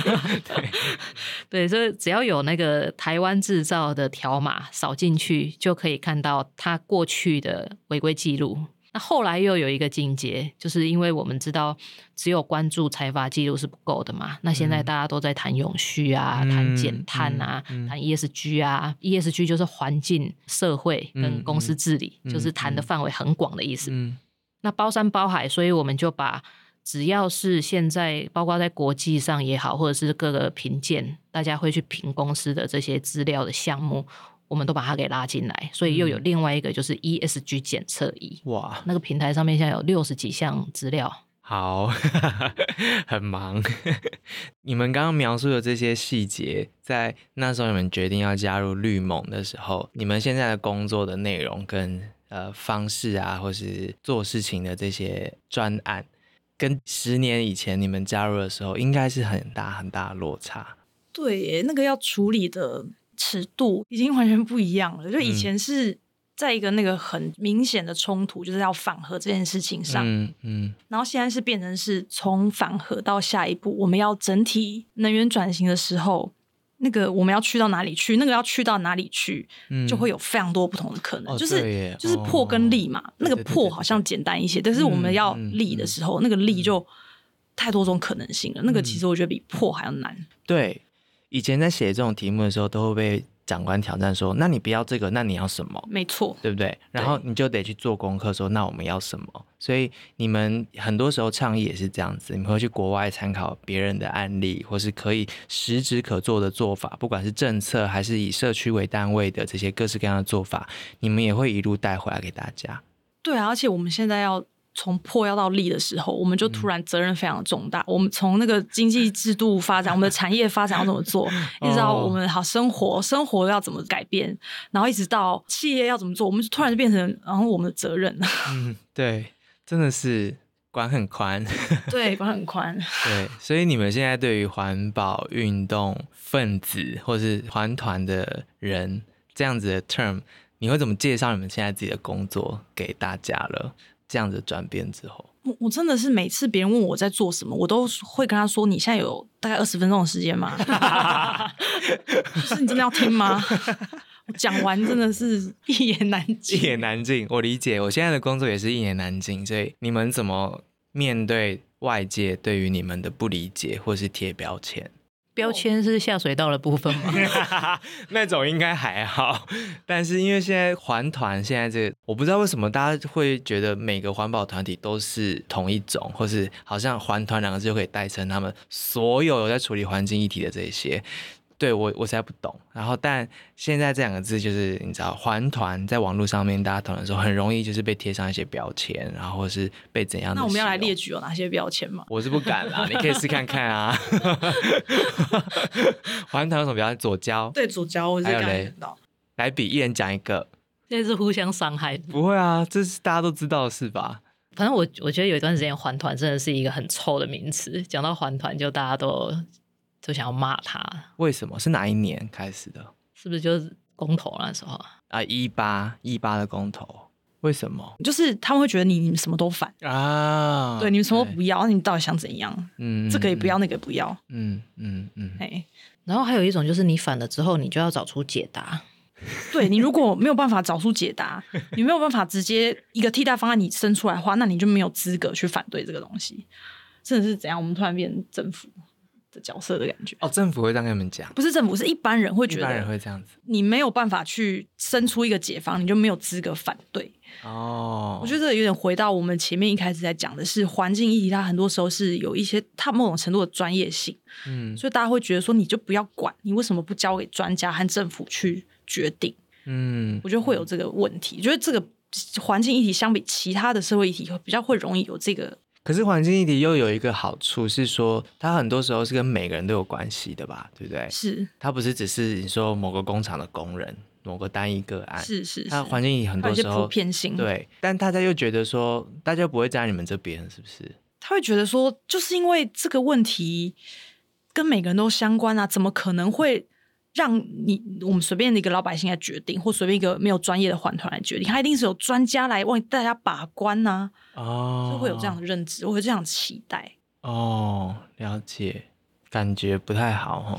对，所以只要有那个台湾制造的条码扫进去，就可以看到它过去的违规记录。那后来又有一个进阶，就是因为我们知道只有关注采伐记录是不够的嘛，那现在大家都在谈永续啊，谈减碳啊，谈 ESG 啊，ESG 就是环境、社会跟公司治理，就是谈的范围很广的意思。那包山包海，所以我们就把只要是现在包括在国际上也好，或者是各个评鉴，大家会去评公司的这些资料的项目，我们都把它给拉进来，所以又有另外一个就是 ESG 检测仪。哇，那个平台上面现在有60几项资料。 好很忙你们刚刚描述的这些细节，在那时候你们决定要加入绿盟的时候，你们现在的工作的内容跟方式啊，或是做事情的这些专案，跟10年以前你们加入的时候应该是很大很大的落差。 对耶，那个要处理的尺度已经完全不一样了。就以前是在一个那个很明显的冲突，就是要反核这件事情上，然后现在是变成是从反核到下一步，我们要整体能源转型的时候，那个我们要去到哪里去，那个要去到哪里去，就会有非常多不同的可能。就是破跟立嘛，那个破好像简单一些，但是我们要立的时候，那个立就太多种可能性了。那个其实我觉得比破还要难。 对，以前在写这种题目的时候，都会被长官挑战说，那你不要这个，那你要什么？ 没错， 对不对？然后你就得去做功课说，那我们要什么？所以你们很多时候倡议也是这样子，你们会去国外参考别人的案例，或是可以实质可做的做法，不管是政策还是以社区为单位的这些各式各样的做法，你们也会一路带回来给大家。 对啊，而且我们现在要从破要到立的时候，我们就突然责任非常重大。我们从那个经济制度发展，我们的产业发展要怎么做，一直到我们好生活要怎么改变，然后一直到企业要怎么做，我们就突然就变成然后我们的责任了。 对，真的是管很宽。 对，管很宽。 对，所以你们现在对于环保运动分子或是环团的人这样子的 term， 你会怎么介绍你们现在自己的工作给大家了？这样子转变之后， 我真的是每次别人问我在做什么，我都会跟他说：“你现在有大概20分钟的时间吗？就是你真的要听吗？”我讲完真的是一言难尽。 一言难尽，我理解。我现在的工作也是一言难尽，所以你们怎么面对外界对于你们的不理解，或是贴标签？ 标签是下水道的部分吗？ 那种应该还好，但是因为现在环团现在这个，我不知道为什么大家会觉得每个环保团体都是同一种，或是好像环团2个字就可以代称他们所有在处理环境议题的这些。对，我实在不懂。然后但现在这2个字就是你知道环团在网络上面大家讨论的时候很容易就是被贴上一些标签，然后或是被怎样的。 那我们要来列举有哪些标签吗？ 我是不敢啦，你可以试看看啊。环团有什么标签？左交， 对，左交，我是刚才看到。 来比一人讲一个。 这是互相伤害。 不会啊，这是大家都知道的事吧？ 反正我觉得有一段时间环团真的是一个很臭的名词，讲到环团就大家都想要骂他。 为什么？是哪一年开始的？ 是不是就是公投那时候啊？18的公投。为什么？ 就是他们会觉得你们什么都反啊，对，你们什么都不要，你们到底想怎样？这个也不要，那个也不要。 然后还有一种就是你反了之后，你就要找出解答。 对，你如果没有办法找出解答，你没有办法直接一个替代方案你生出来的话，那你就没有资格去反对这个东西。真的是怎样？我们突然变成政府？ 的角色的感觉。 政府会这样跟你们讲？ 不是政府，是一般人会觉得， 一般人会这样子。 你没有办法去生出一个解方，你就没有资格反对。我觉得这有点回到我们前面一开始在讲的是环境议题，它很多时候是有一些它某种程度的专业性，所以大家会觉得说你就不要管，你为什么不交给专家和政府去决定？我觉得会有这个问题。我觉得这个环境议题相比其他的社会议题比较会容易有这个。 可是环境议题又有一个好处是说，它很多时候是跟每个人都有关系的吧，对不对？ 是， 它不是只是你说某个工厂的工人，某个单一个案， 是， 它环境议题很多时候有些普遍性， 对，但大家又觉得说，大家不会站在你们这边，是不是？ 他会觉得说，就是因为这个问题跟每个人都相关啊，怎么可能会让我们随便的一个老百姓来决定，或随便一个没有专业的环团来决定？他一定是有专家来为大家把关啊，就会有这样的认知，会有这样的期待。 了解，感觉不太好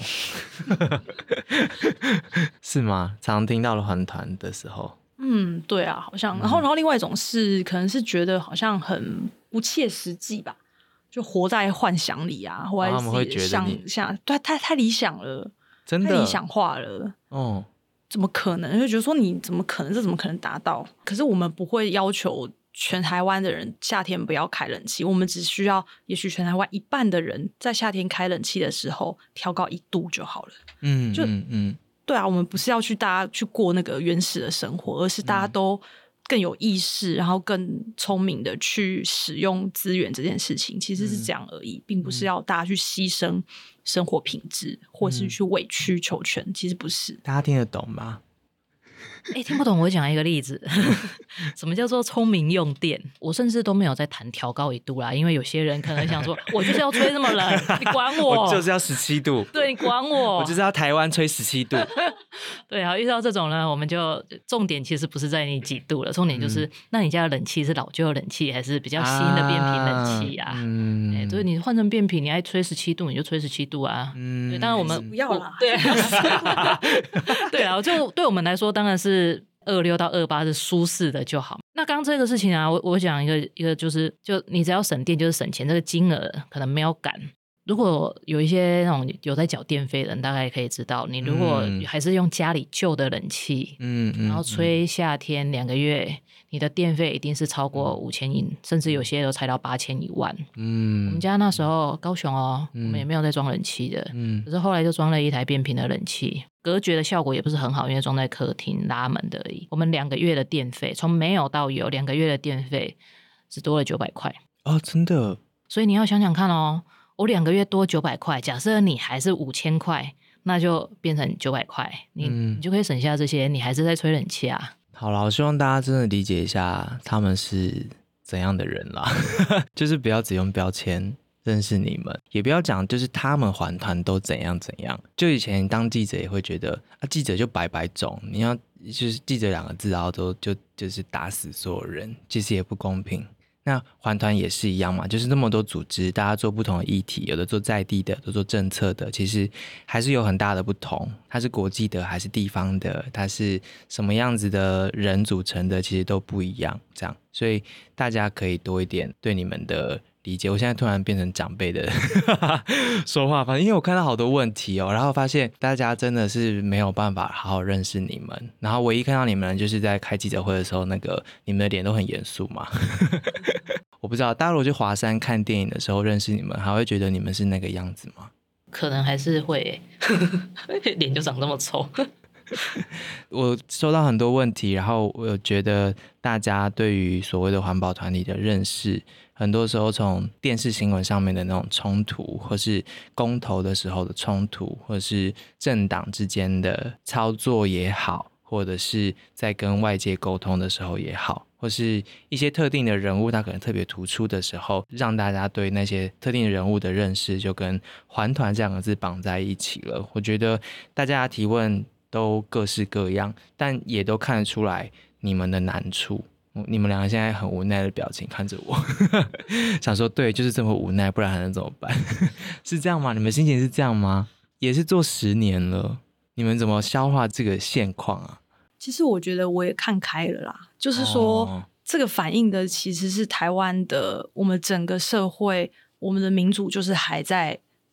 是吗？常听到了环团的时候， 对啊，好像，然后另外一种是可能是觉得好像很不切实际吧，就活在幻想里啊，或者自己想对太理想了。 真的太理想化了，怎么可能？就觉得说你怎么可能？这怎么可能达到？可是我们不会要求全台湾的人夏天不要开冷气，我们只需要也许全台湾一半的人在夏天开冷气的时候调高1度就好了。对啊，我们不是要大家去过那个原始的生活，而是大家都更有意识，然后更聪明的去使用资源这件事情，其实是这样而已，并不是要大家去牺牲生活品质，或是去委曲求全，其实不是。 大家听得懂吗？ 听不懂我讲一个例子什么叫做聪明用电？我甚至都没有在谈调高1度啦，因为有些人可能想说我就是要吹这么冷你管我就是要17度对，你管我我就是要台湾吹17度对啊，遇到这种呢，我们就重点其实不是在你几度了，重点就是那你家的冷气是老旧的冷气还是比较新的变频冷气啊？所以你换成变频，你爱吹17度你就吹17度啊。对，当然我们不要啦。 对对啊，就对我们来说当然是26到28是舒适的就好。那刚刚这个事情啊，我讲一个就你只要省电就是省钱，这个金额可能没有赶。如果有一些那种有在缴电费的人，大概可以知道，你如果还是用家里旧的冷气，然后吹夏天2个月，你的电费一定是超过5000，甚至有些都才到8000、1万。我们家那时候高雄我们也没有在装冷气的，可是后来就装了一台变频的冷气，隔绝的效果也不是很好，因为装在客厅拉门的而已。我们2个月的电费，从没有到有2个月的电费只多了900块真的。 所以你要想想看我2个月多900块，假设你还是5000块，那就变成900块，你就可以省下这些，你还是在吹冷气啊。 好啦，我希望大家真的理解一下他们是怎样的人啦就是不要只用标签认识你们，也不要讲就是他们环团都怎样怎样。就以前当记者也会觉得记者就百种，你要就是记者2个字然后就是打死所有人，其实也不公平。那环团也是一样嘛，就是那么多组织，大家做不同的议题，有的做在地的，有的做政策的，其实还是有很大的不同。它是国际的还是地方的，它是什么样子的人组成的，其实都不一样。这样，所以大家可以多一点对你们的理解。我现在突然变成长辈的说话方式，因为我看到好多问题然后发现大家真的是没有办法好好认识你们，然后唯一看到你们就是在开记者会的时候，你们的脸都很严肃嘛我不知道大家如果去华山看电影的时候认识你们，还会觉得你们是那个样子吗？ 可能还是会脸就长这么臭我收到很多问题，然后我觉得大家对于所谓的环保团体的认识，很多时候从电视新闻上面的那种冲突，或是公投的时候的冲突，或是政党之间的操作也好，或者是在跟外界沟通的时候也好，或是一些特定的人物他可能特别突出的时候，让大家对那些特定的人物的认识就跟环团这2个字绑在一起了。我觉得大家的提问都各式各样，但也都看得出来你们的难处。你们2个现在很无奈的表情看着我想说对，就是这么无奈，不然还能怎么办是这样吗？你们心情是这样吗？也是做10年了，你们怎么消化这个现况啊？ 其实我觉得我也看开了啦，就是说这个反映的其实是台湾的我们整个社会，我们的民主就是还在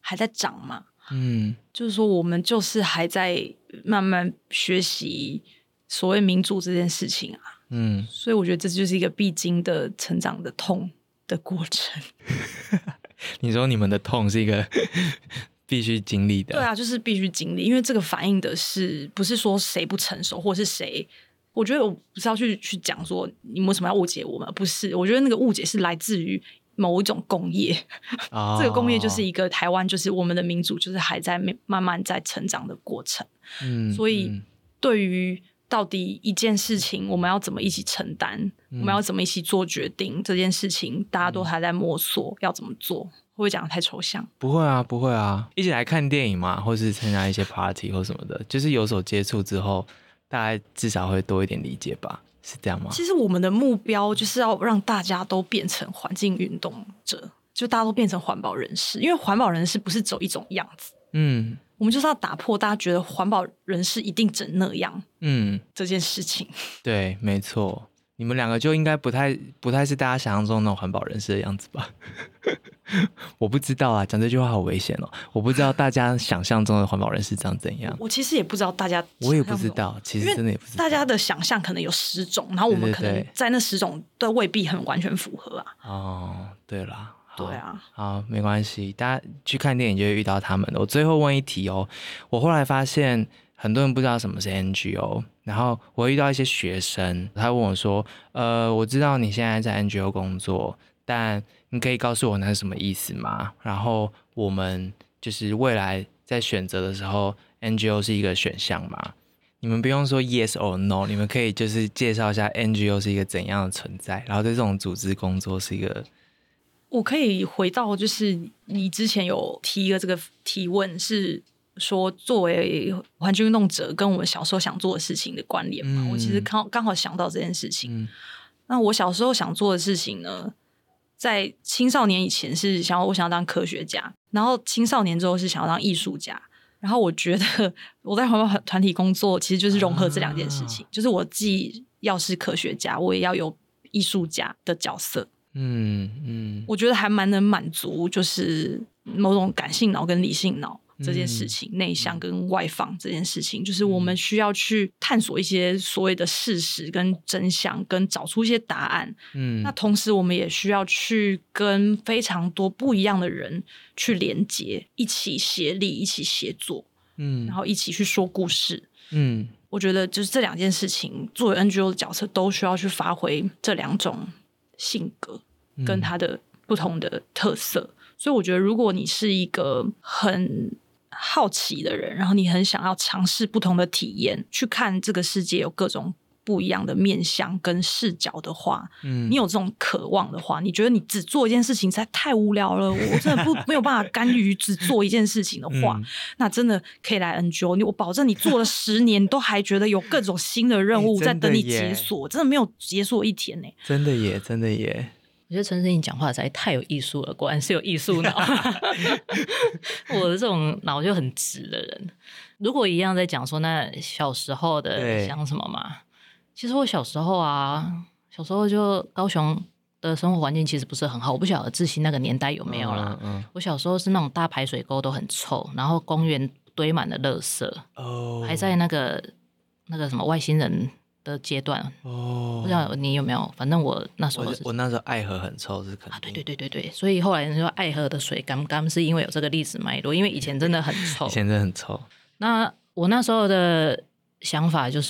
还在长嘛，就是说我们就是还在慢慢学习所谓民主这件事情啊，所以我觉得这就是一个必经的成长的痛的过程。 你说你们的痛是一个必须经历的？对啊，就是必须经历，因为这个反映的是不是说谁不成熟，或是谁？我觉得我不是要去讲说你们为什么要误解我们，不是，我觉得那个误解是来自于某一种工业，这个工业就是一个台湾，就是我们的民主就是还在慢慢在成长的过程，所以对于到底一件事情我们要怎么一起承担，我们要怎么一起做决定，这件事情大家都还在摸索要怎么做，会不会讲得太抽象？ 不会啊，不会啊，一起来看电影嘛，或是参加一些 party 或什么的，就是有所接触之后大概至少会多一点理解吧，是这样吗？ 其实我们的目标就是要让大家都变成环境运动者，就大家都变成环保人士，因为环保人士不是走一种样子，我们就是要打破大家觉得环保人士一定整那样，这件事情。对， 没错，你们两个就应该不太是大家想象中那种环保人士的样子吧？我不知道啊，讲这句话好危险哦！我不知道大家想象中的环保人士长怎样。 我其实也不知道大家， 我也不知道，其实真的也不知道。 大家的想象可能有10种，然后我们可能在那10种都未必很完全符合啊。 哦，对啦。 对啊， 好，没关系，大家去看电影就会遇到他们的。我最后问一题哦，我后来发现很多人不知道什么是 NGO， 然后我遇到一些学生，他问我说，我知道你现在在 NGO 工作，但你可以告诉我那是什么意思吗？然后我们就是未来在选择的时候 NGO 是一个选项吗？你们不用说 yes or no， 你们可以就是介绍一下 NGO 是一个怎样的存在，然后对这种组织工作是一个。 我可以回到就是你之前有提一个这个提问，是说作为环境运动者跟我们小时候想做的事情的关联嘛？我其实刚好想到这件事情。那我小时候想做的事情呢，在青少年以前是我想要当科学家，然后青少年之后是想要当艺术家。然后我觉得我在环保团体工作其实就是融合这2件事情，就是我既要是科学家，我也要有艺术家的角色。我觉得还蛮能满足就是某种感性脑跟理性脑这件事情，内向跟外放这件事情，就是我们需要去探索一些所谓的事实跟真相，跟找出一些答案。那同时我们也需要去跟非常多不一样的人去连接，一起协力，一起协作，然后一起去说故事。我觉得就是这2件事情，作为 NGO 的角色都需要去发挥这2种性格跟他的不同的特色，所以我觉得如果你是一个很好奇的人，然后你很想要尝试不同的体验，去看这个世界有各种不一样的面向跟视角的话，你有这种渴望的话，你觉得你只做一件事情实在太无聊了，我真的没有办法甘于只做一件事情的话，那真的可以来 NGO， 我保证你做了10年都还觉得有各种新的任务在等你解锁，真的没有结束一天耶。 真的耶，真的耶。 我觉得陈思颖讲话实在太有艺术了，果然是有艺术脑。我的这种脑就很直的人，如果一样在讲说那小时候的想什么嘛，其实我小时候就高雄的生活环境其实不是很好，我不晓得志兴那个年代有没有啦。我小时候是那种大排水沟都很臭，然后公园堆满了垃圾，还在那个什么外星人的阶段。不知道你有没有，反正我那时候我那时候爱河很臭是肯定。 对，所以后来说爱河的水干是因为有这个历史脉络，因为以前真的很臭。 以前真的很臭。 那我那时候的想法就是，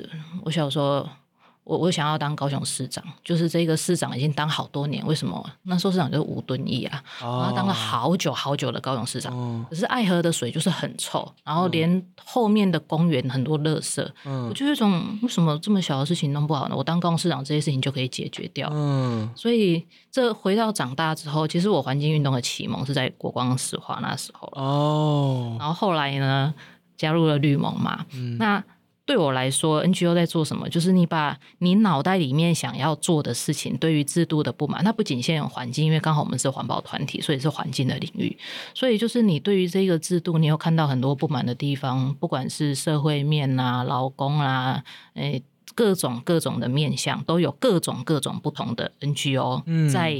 我小时候我想要当高雄市长，就是这个市长已经当好多年，为什么？那时候市长就是吴敦义啊，然后当了好久好久的高雄市长，可是爱河的水就是很臭，然后连后面的公园很多垃圾，我就有一种为什么这么小的事情弄不好呢？我当高雄市长这些事情就可以解决掉。所以这回到长大之后，其实我环境运动的启蒙是在国光石化那时候然后后来呢加入了绿盟嘛，那对我来说 NGO 在做什么，就是你把你脑袋里面想要做的事情，对于制度的不满，它不仅限于环境，因为刚好我们是环保团体，所以是环境的领域，所以就是你对于这个制度你有看到很多不满的地方，不管是社会面啊、劳工啊、各种的面向，都有各种不同的 NGO 在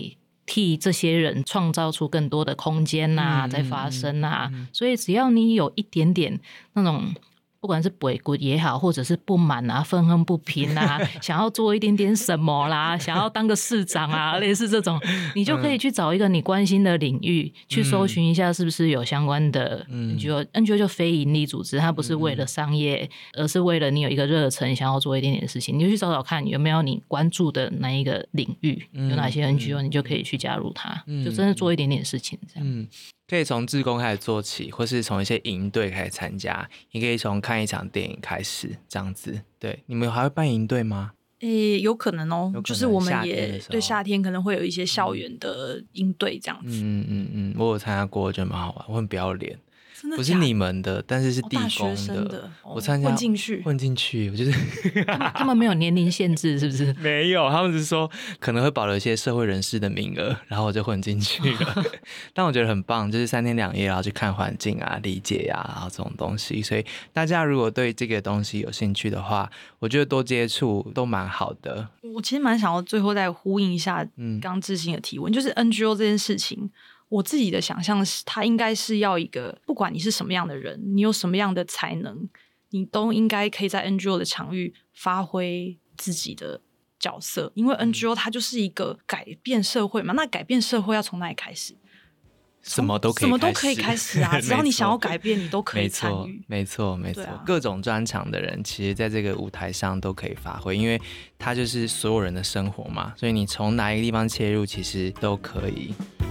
替这些人创造出更多的空间啊，在发生啊，所以只要你有一点点那种不管是背骨也好，或者是不满啊、愤恨不平啊，想要做一点点什么啦，想要当个市长啊，类似这种，你就可以去找一个你关心的领域，去搜寻一下是不是有相关的 NGO 就非营利组织，它不是为了商业，而是为了你有一个热忱想要做一点点的事情，你就去找找看有没有你关注的那一个领域，有哪些 NGO， 你就可以去加入它，就真的做一点点事情这样。 可以从志工开始做起，或是从一些营队开始参加，你可以从看一场电影开始这样子。对，你们还会办营队吗？ 有可能哦，就是我们也对夏天可能会有一些校园的营队这样子。 我有参加过，我觉得蛮好玩，我很不要脸。不是你们的，但是是地公的。我参加混进去，我就是他们没有年龄限制，是不是？ 没有，他们只是说可能会保留一些社会人士的名额，然后我就混进去了。但我觉得很棒，就是3天2夜，然后去看环境啊、理解啊，然后这种东西。所以大家如果对这个东西有兴趣的话，我觉得多接触都蛮好的。 我其实蛮想要最后再呼应一下刚志兴的提问，就是 NGO 这件事情。我自己的想象是，它应该是要一个，不管你是什么样的人，你有什么样的才能，你都应该可以在 NGO 的场域发挥自己的角色。因为 NGO 它就是一个改变社会嘛，那改变社会要从哪里开始？ 什么都可以开始啊！只要你想要改变，你都可以参与。 没错，各种专长的人，其实在这个舞台上都可以发挥，因为它就是所有人的生活嘛，所以你从哪一个地方切入，其实都可以。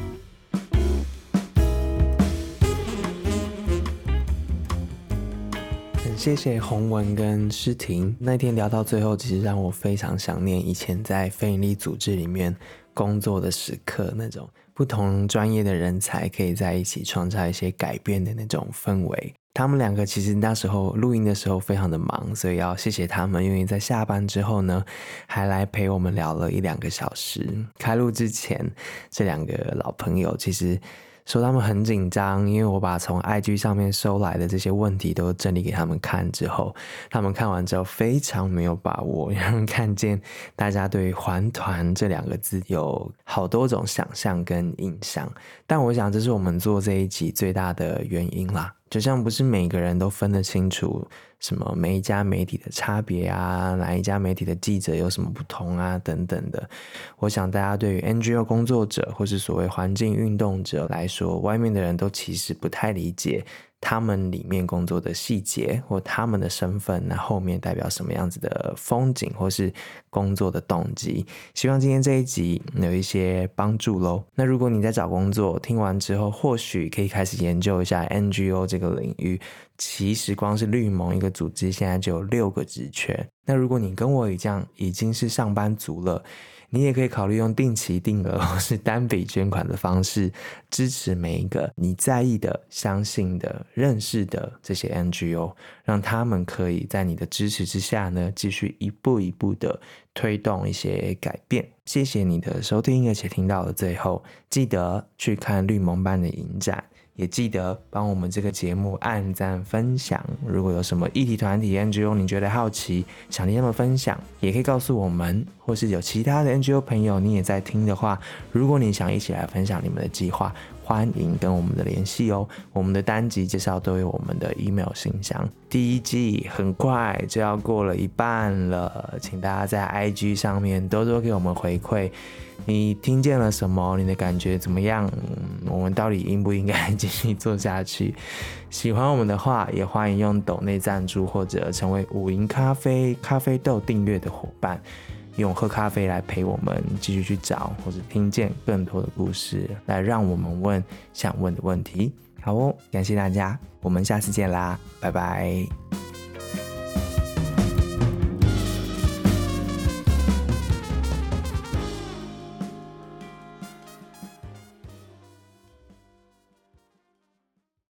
谢谢洪文跟诗婷，那天聊到最后，其实让我非常想念以前在非营利组织里面工作的时刻，那种不同专业的人才可以在一起创造一些改变的那种氛围。他们两个其实那时候录音的时候非常的忙，所以要谢谢他们愿意在下班之后呢，还来陪我们聊了1-2个小时。开录之前，这2个老朋友其实说他们很紧张，因为我把从 IG 上面收来的这些问题都整理给他们看之后，他们看完之后非常没有把握，让人看见大家对于环团这2个字有好多种想象跟印象。但我想这是我们做这一集最大的原因啦，就像不是每个人都分得清楚什么每一家媒体的差别啊，哪一家媒体的记者有什么不同啊等等的。我想大家对于 NGO 工作者或是所谓环境运动者来说，外面的人都其实不太理解他们里面工作的细节或他们的身份，那后面代表什么样子的风景或是工作的动机。希望今天这一集有一些帮助咯。那如果你在找工作，听完之后或许可以开始研究一下 NGO 这个领域。其实光是绿盟一个组织现在就有6个职缺，那如果你跟我一样已经是上班族了，你也可以考虑用定期定额或是单笔捐款的方式支持每一个你在意的、相信的、认识的这些 NGO， 让他们可以在你的支持之下呢，继续一步一步的推动一些改变。谢谢你的收听，而且听到了最后，记得去看绿盟班的影展，也记得帮我们这个节目按赞分享。如果有什么议题团体 NGO 你觉得好奇，想听他们分享，也可以告诉我们，或是有其他的 NGO 朋友你也在听的话，如果你想一起来分享你们的计划，欢迎跟我们的联系哦。我们的单集介绍都有我们的 email 信箱。第1季很快就要过了一半了，请大家在 IG 上面多多给我们回馈，你听见了什么？你的感觉怎么样？我们到底应不应该继续做下去？喜欢我们的话，也欢迎用抖内赞助或者成为5营咖啡豆订阅的伙伴，用喝咖啡来陪我们继续去找或者听见更多的故事，来让我们问想问的问题。好哦，感谢大家，我们下次见啦，拜拜。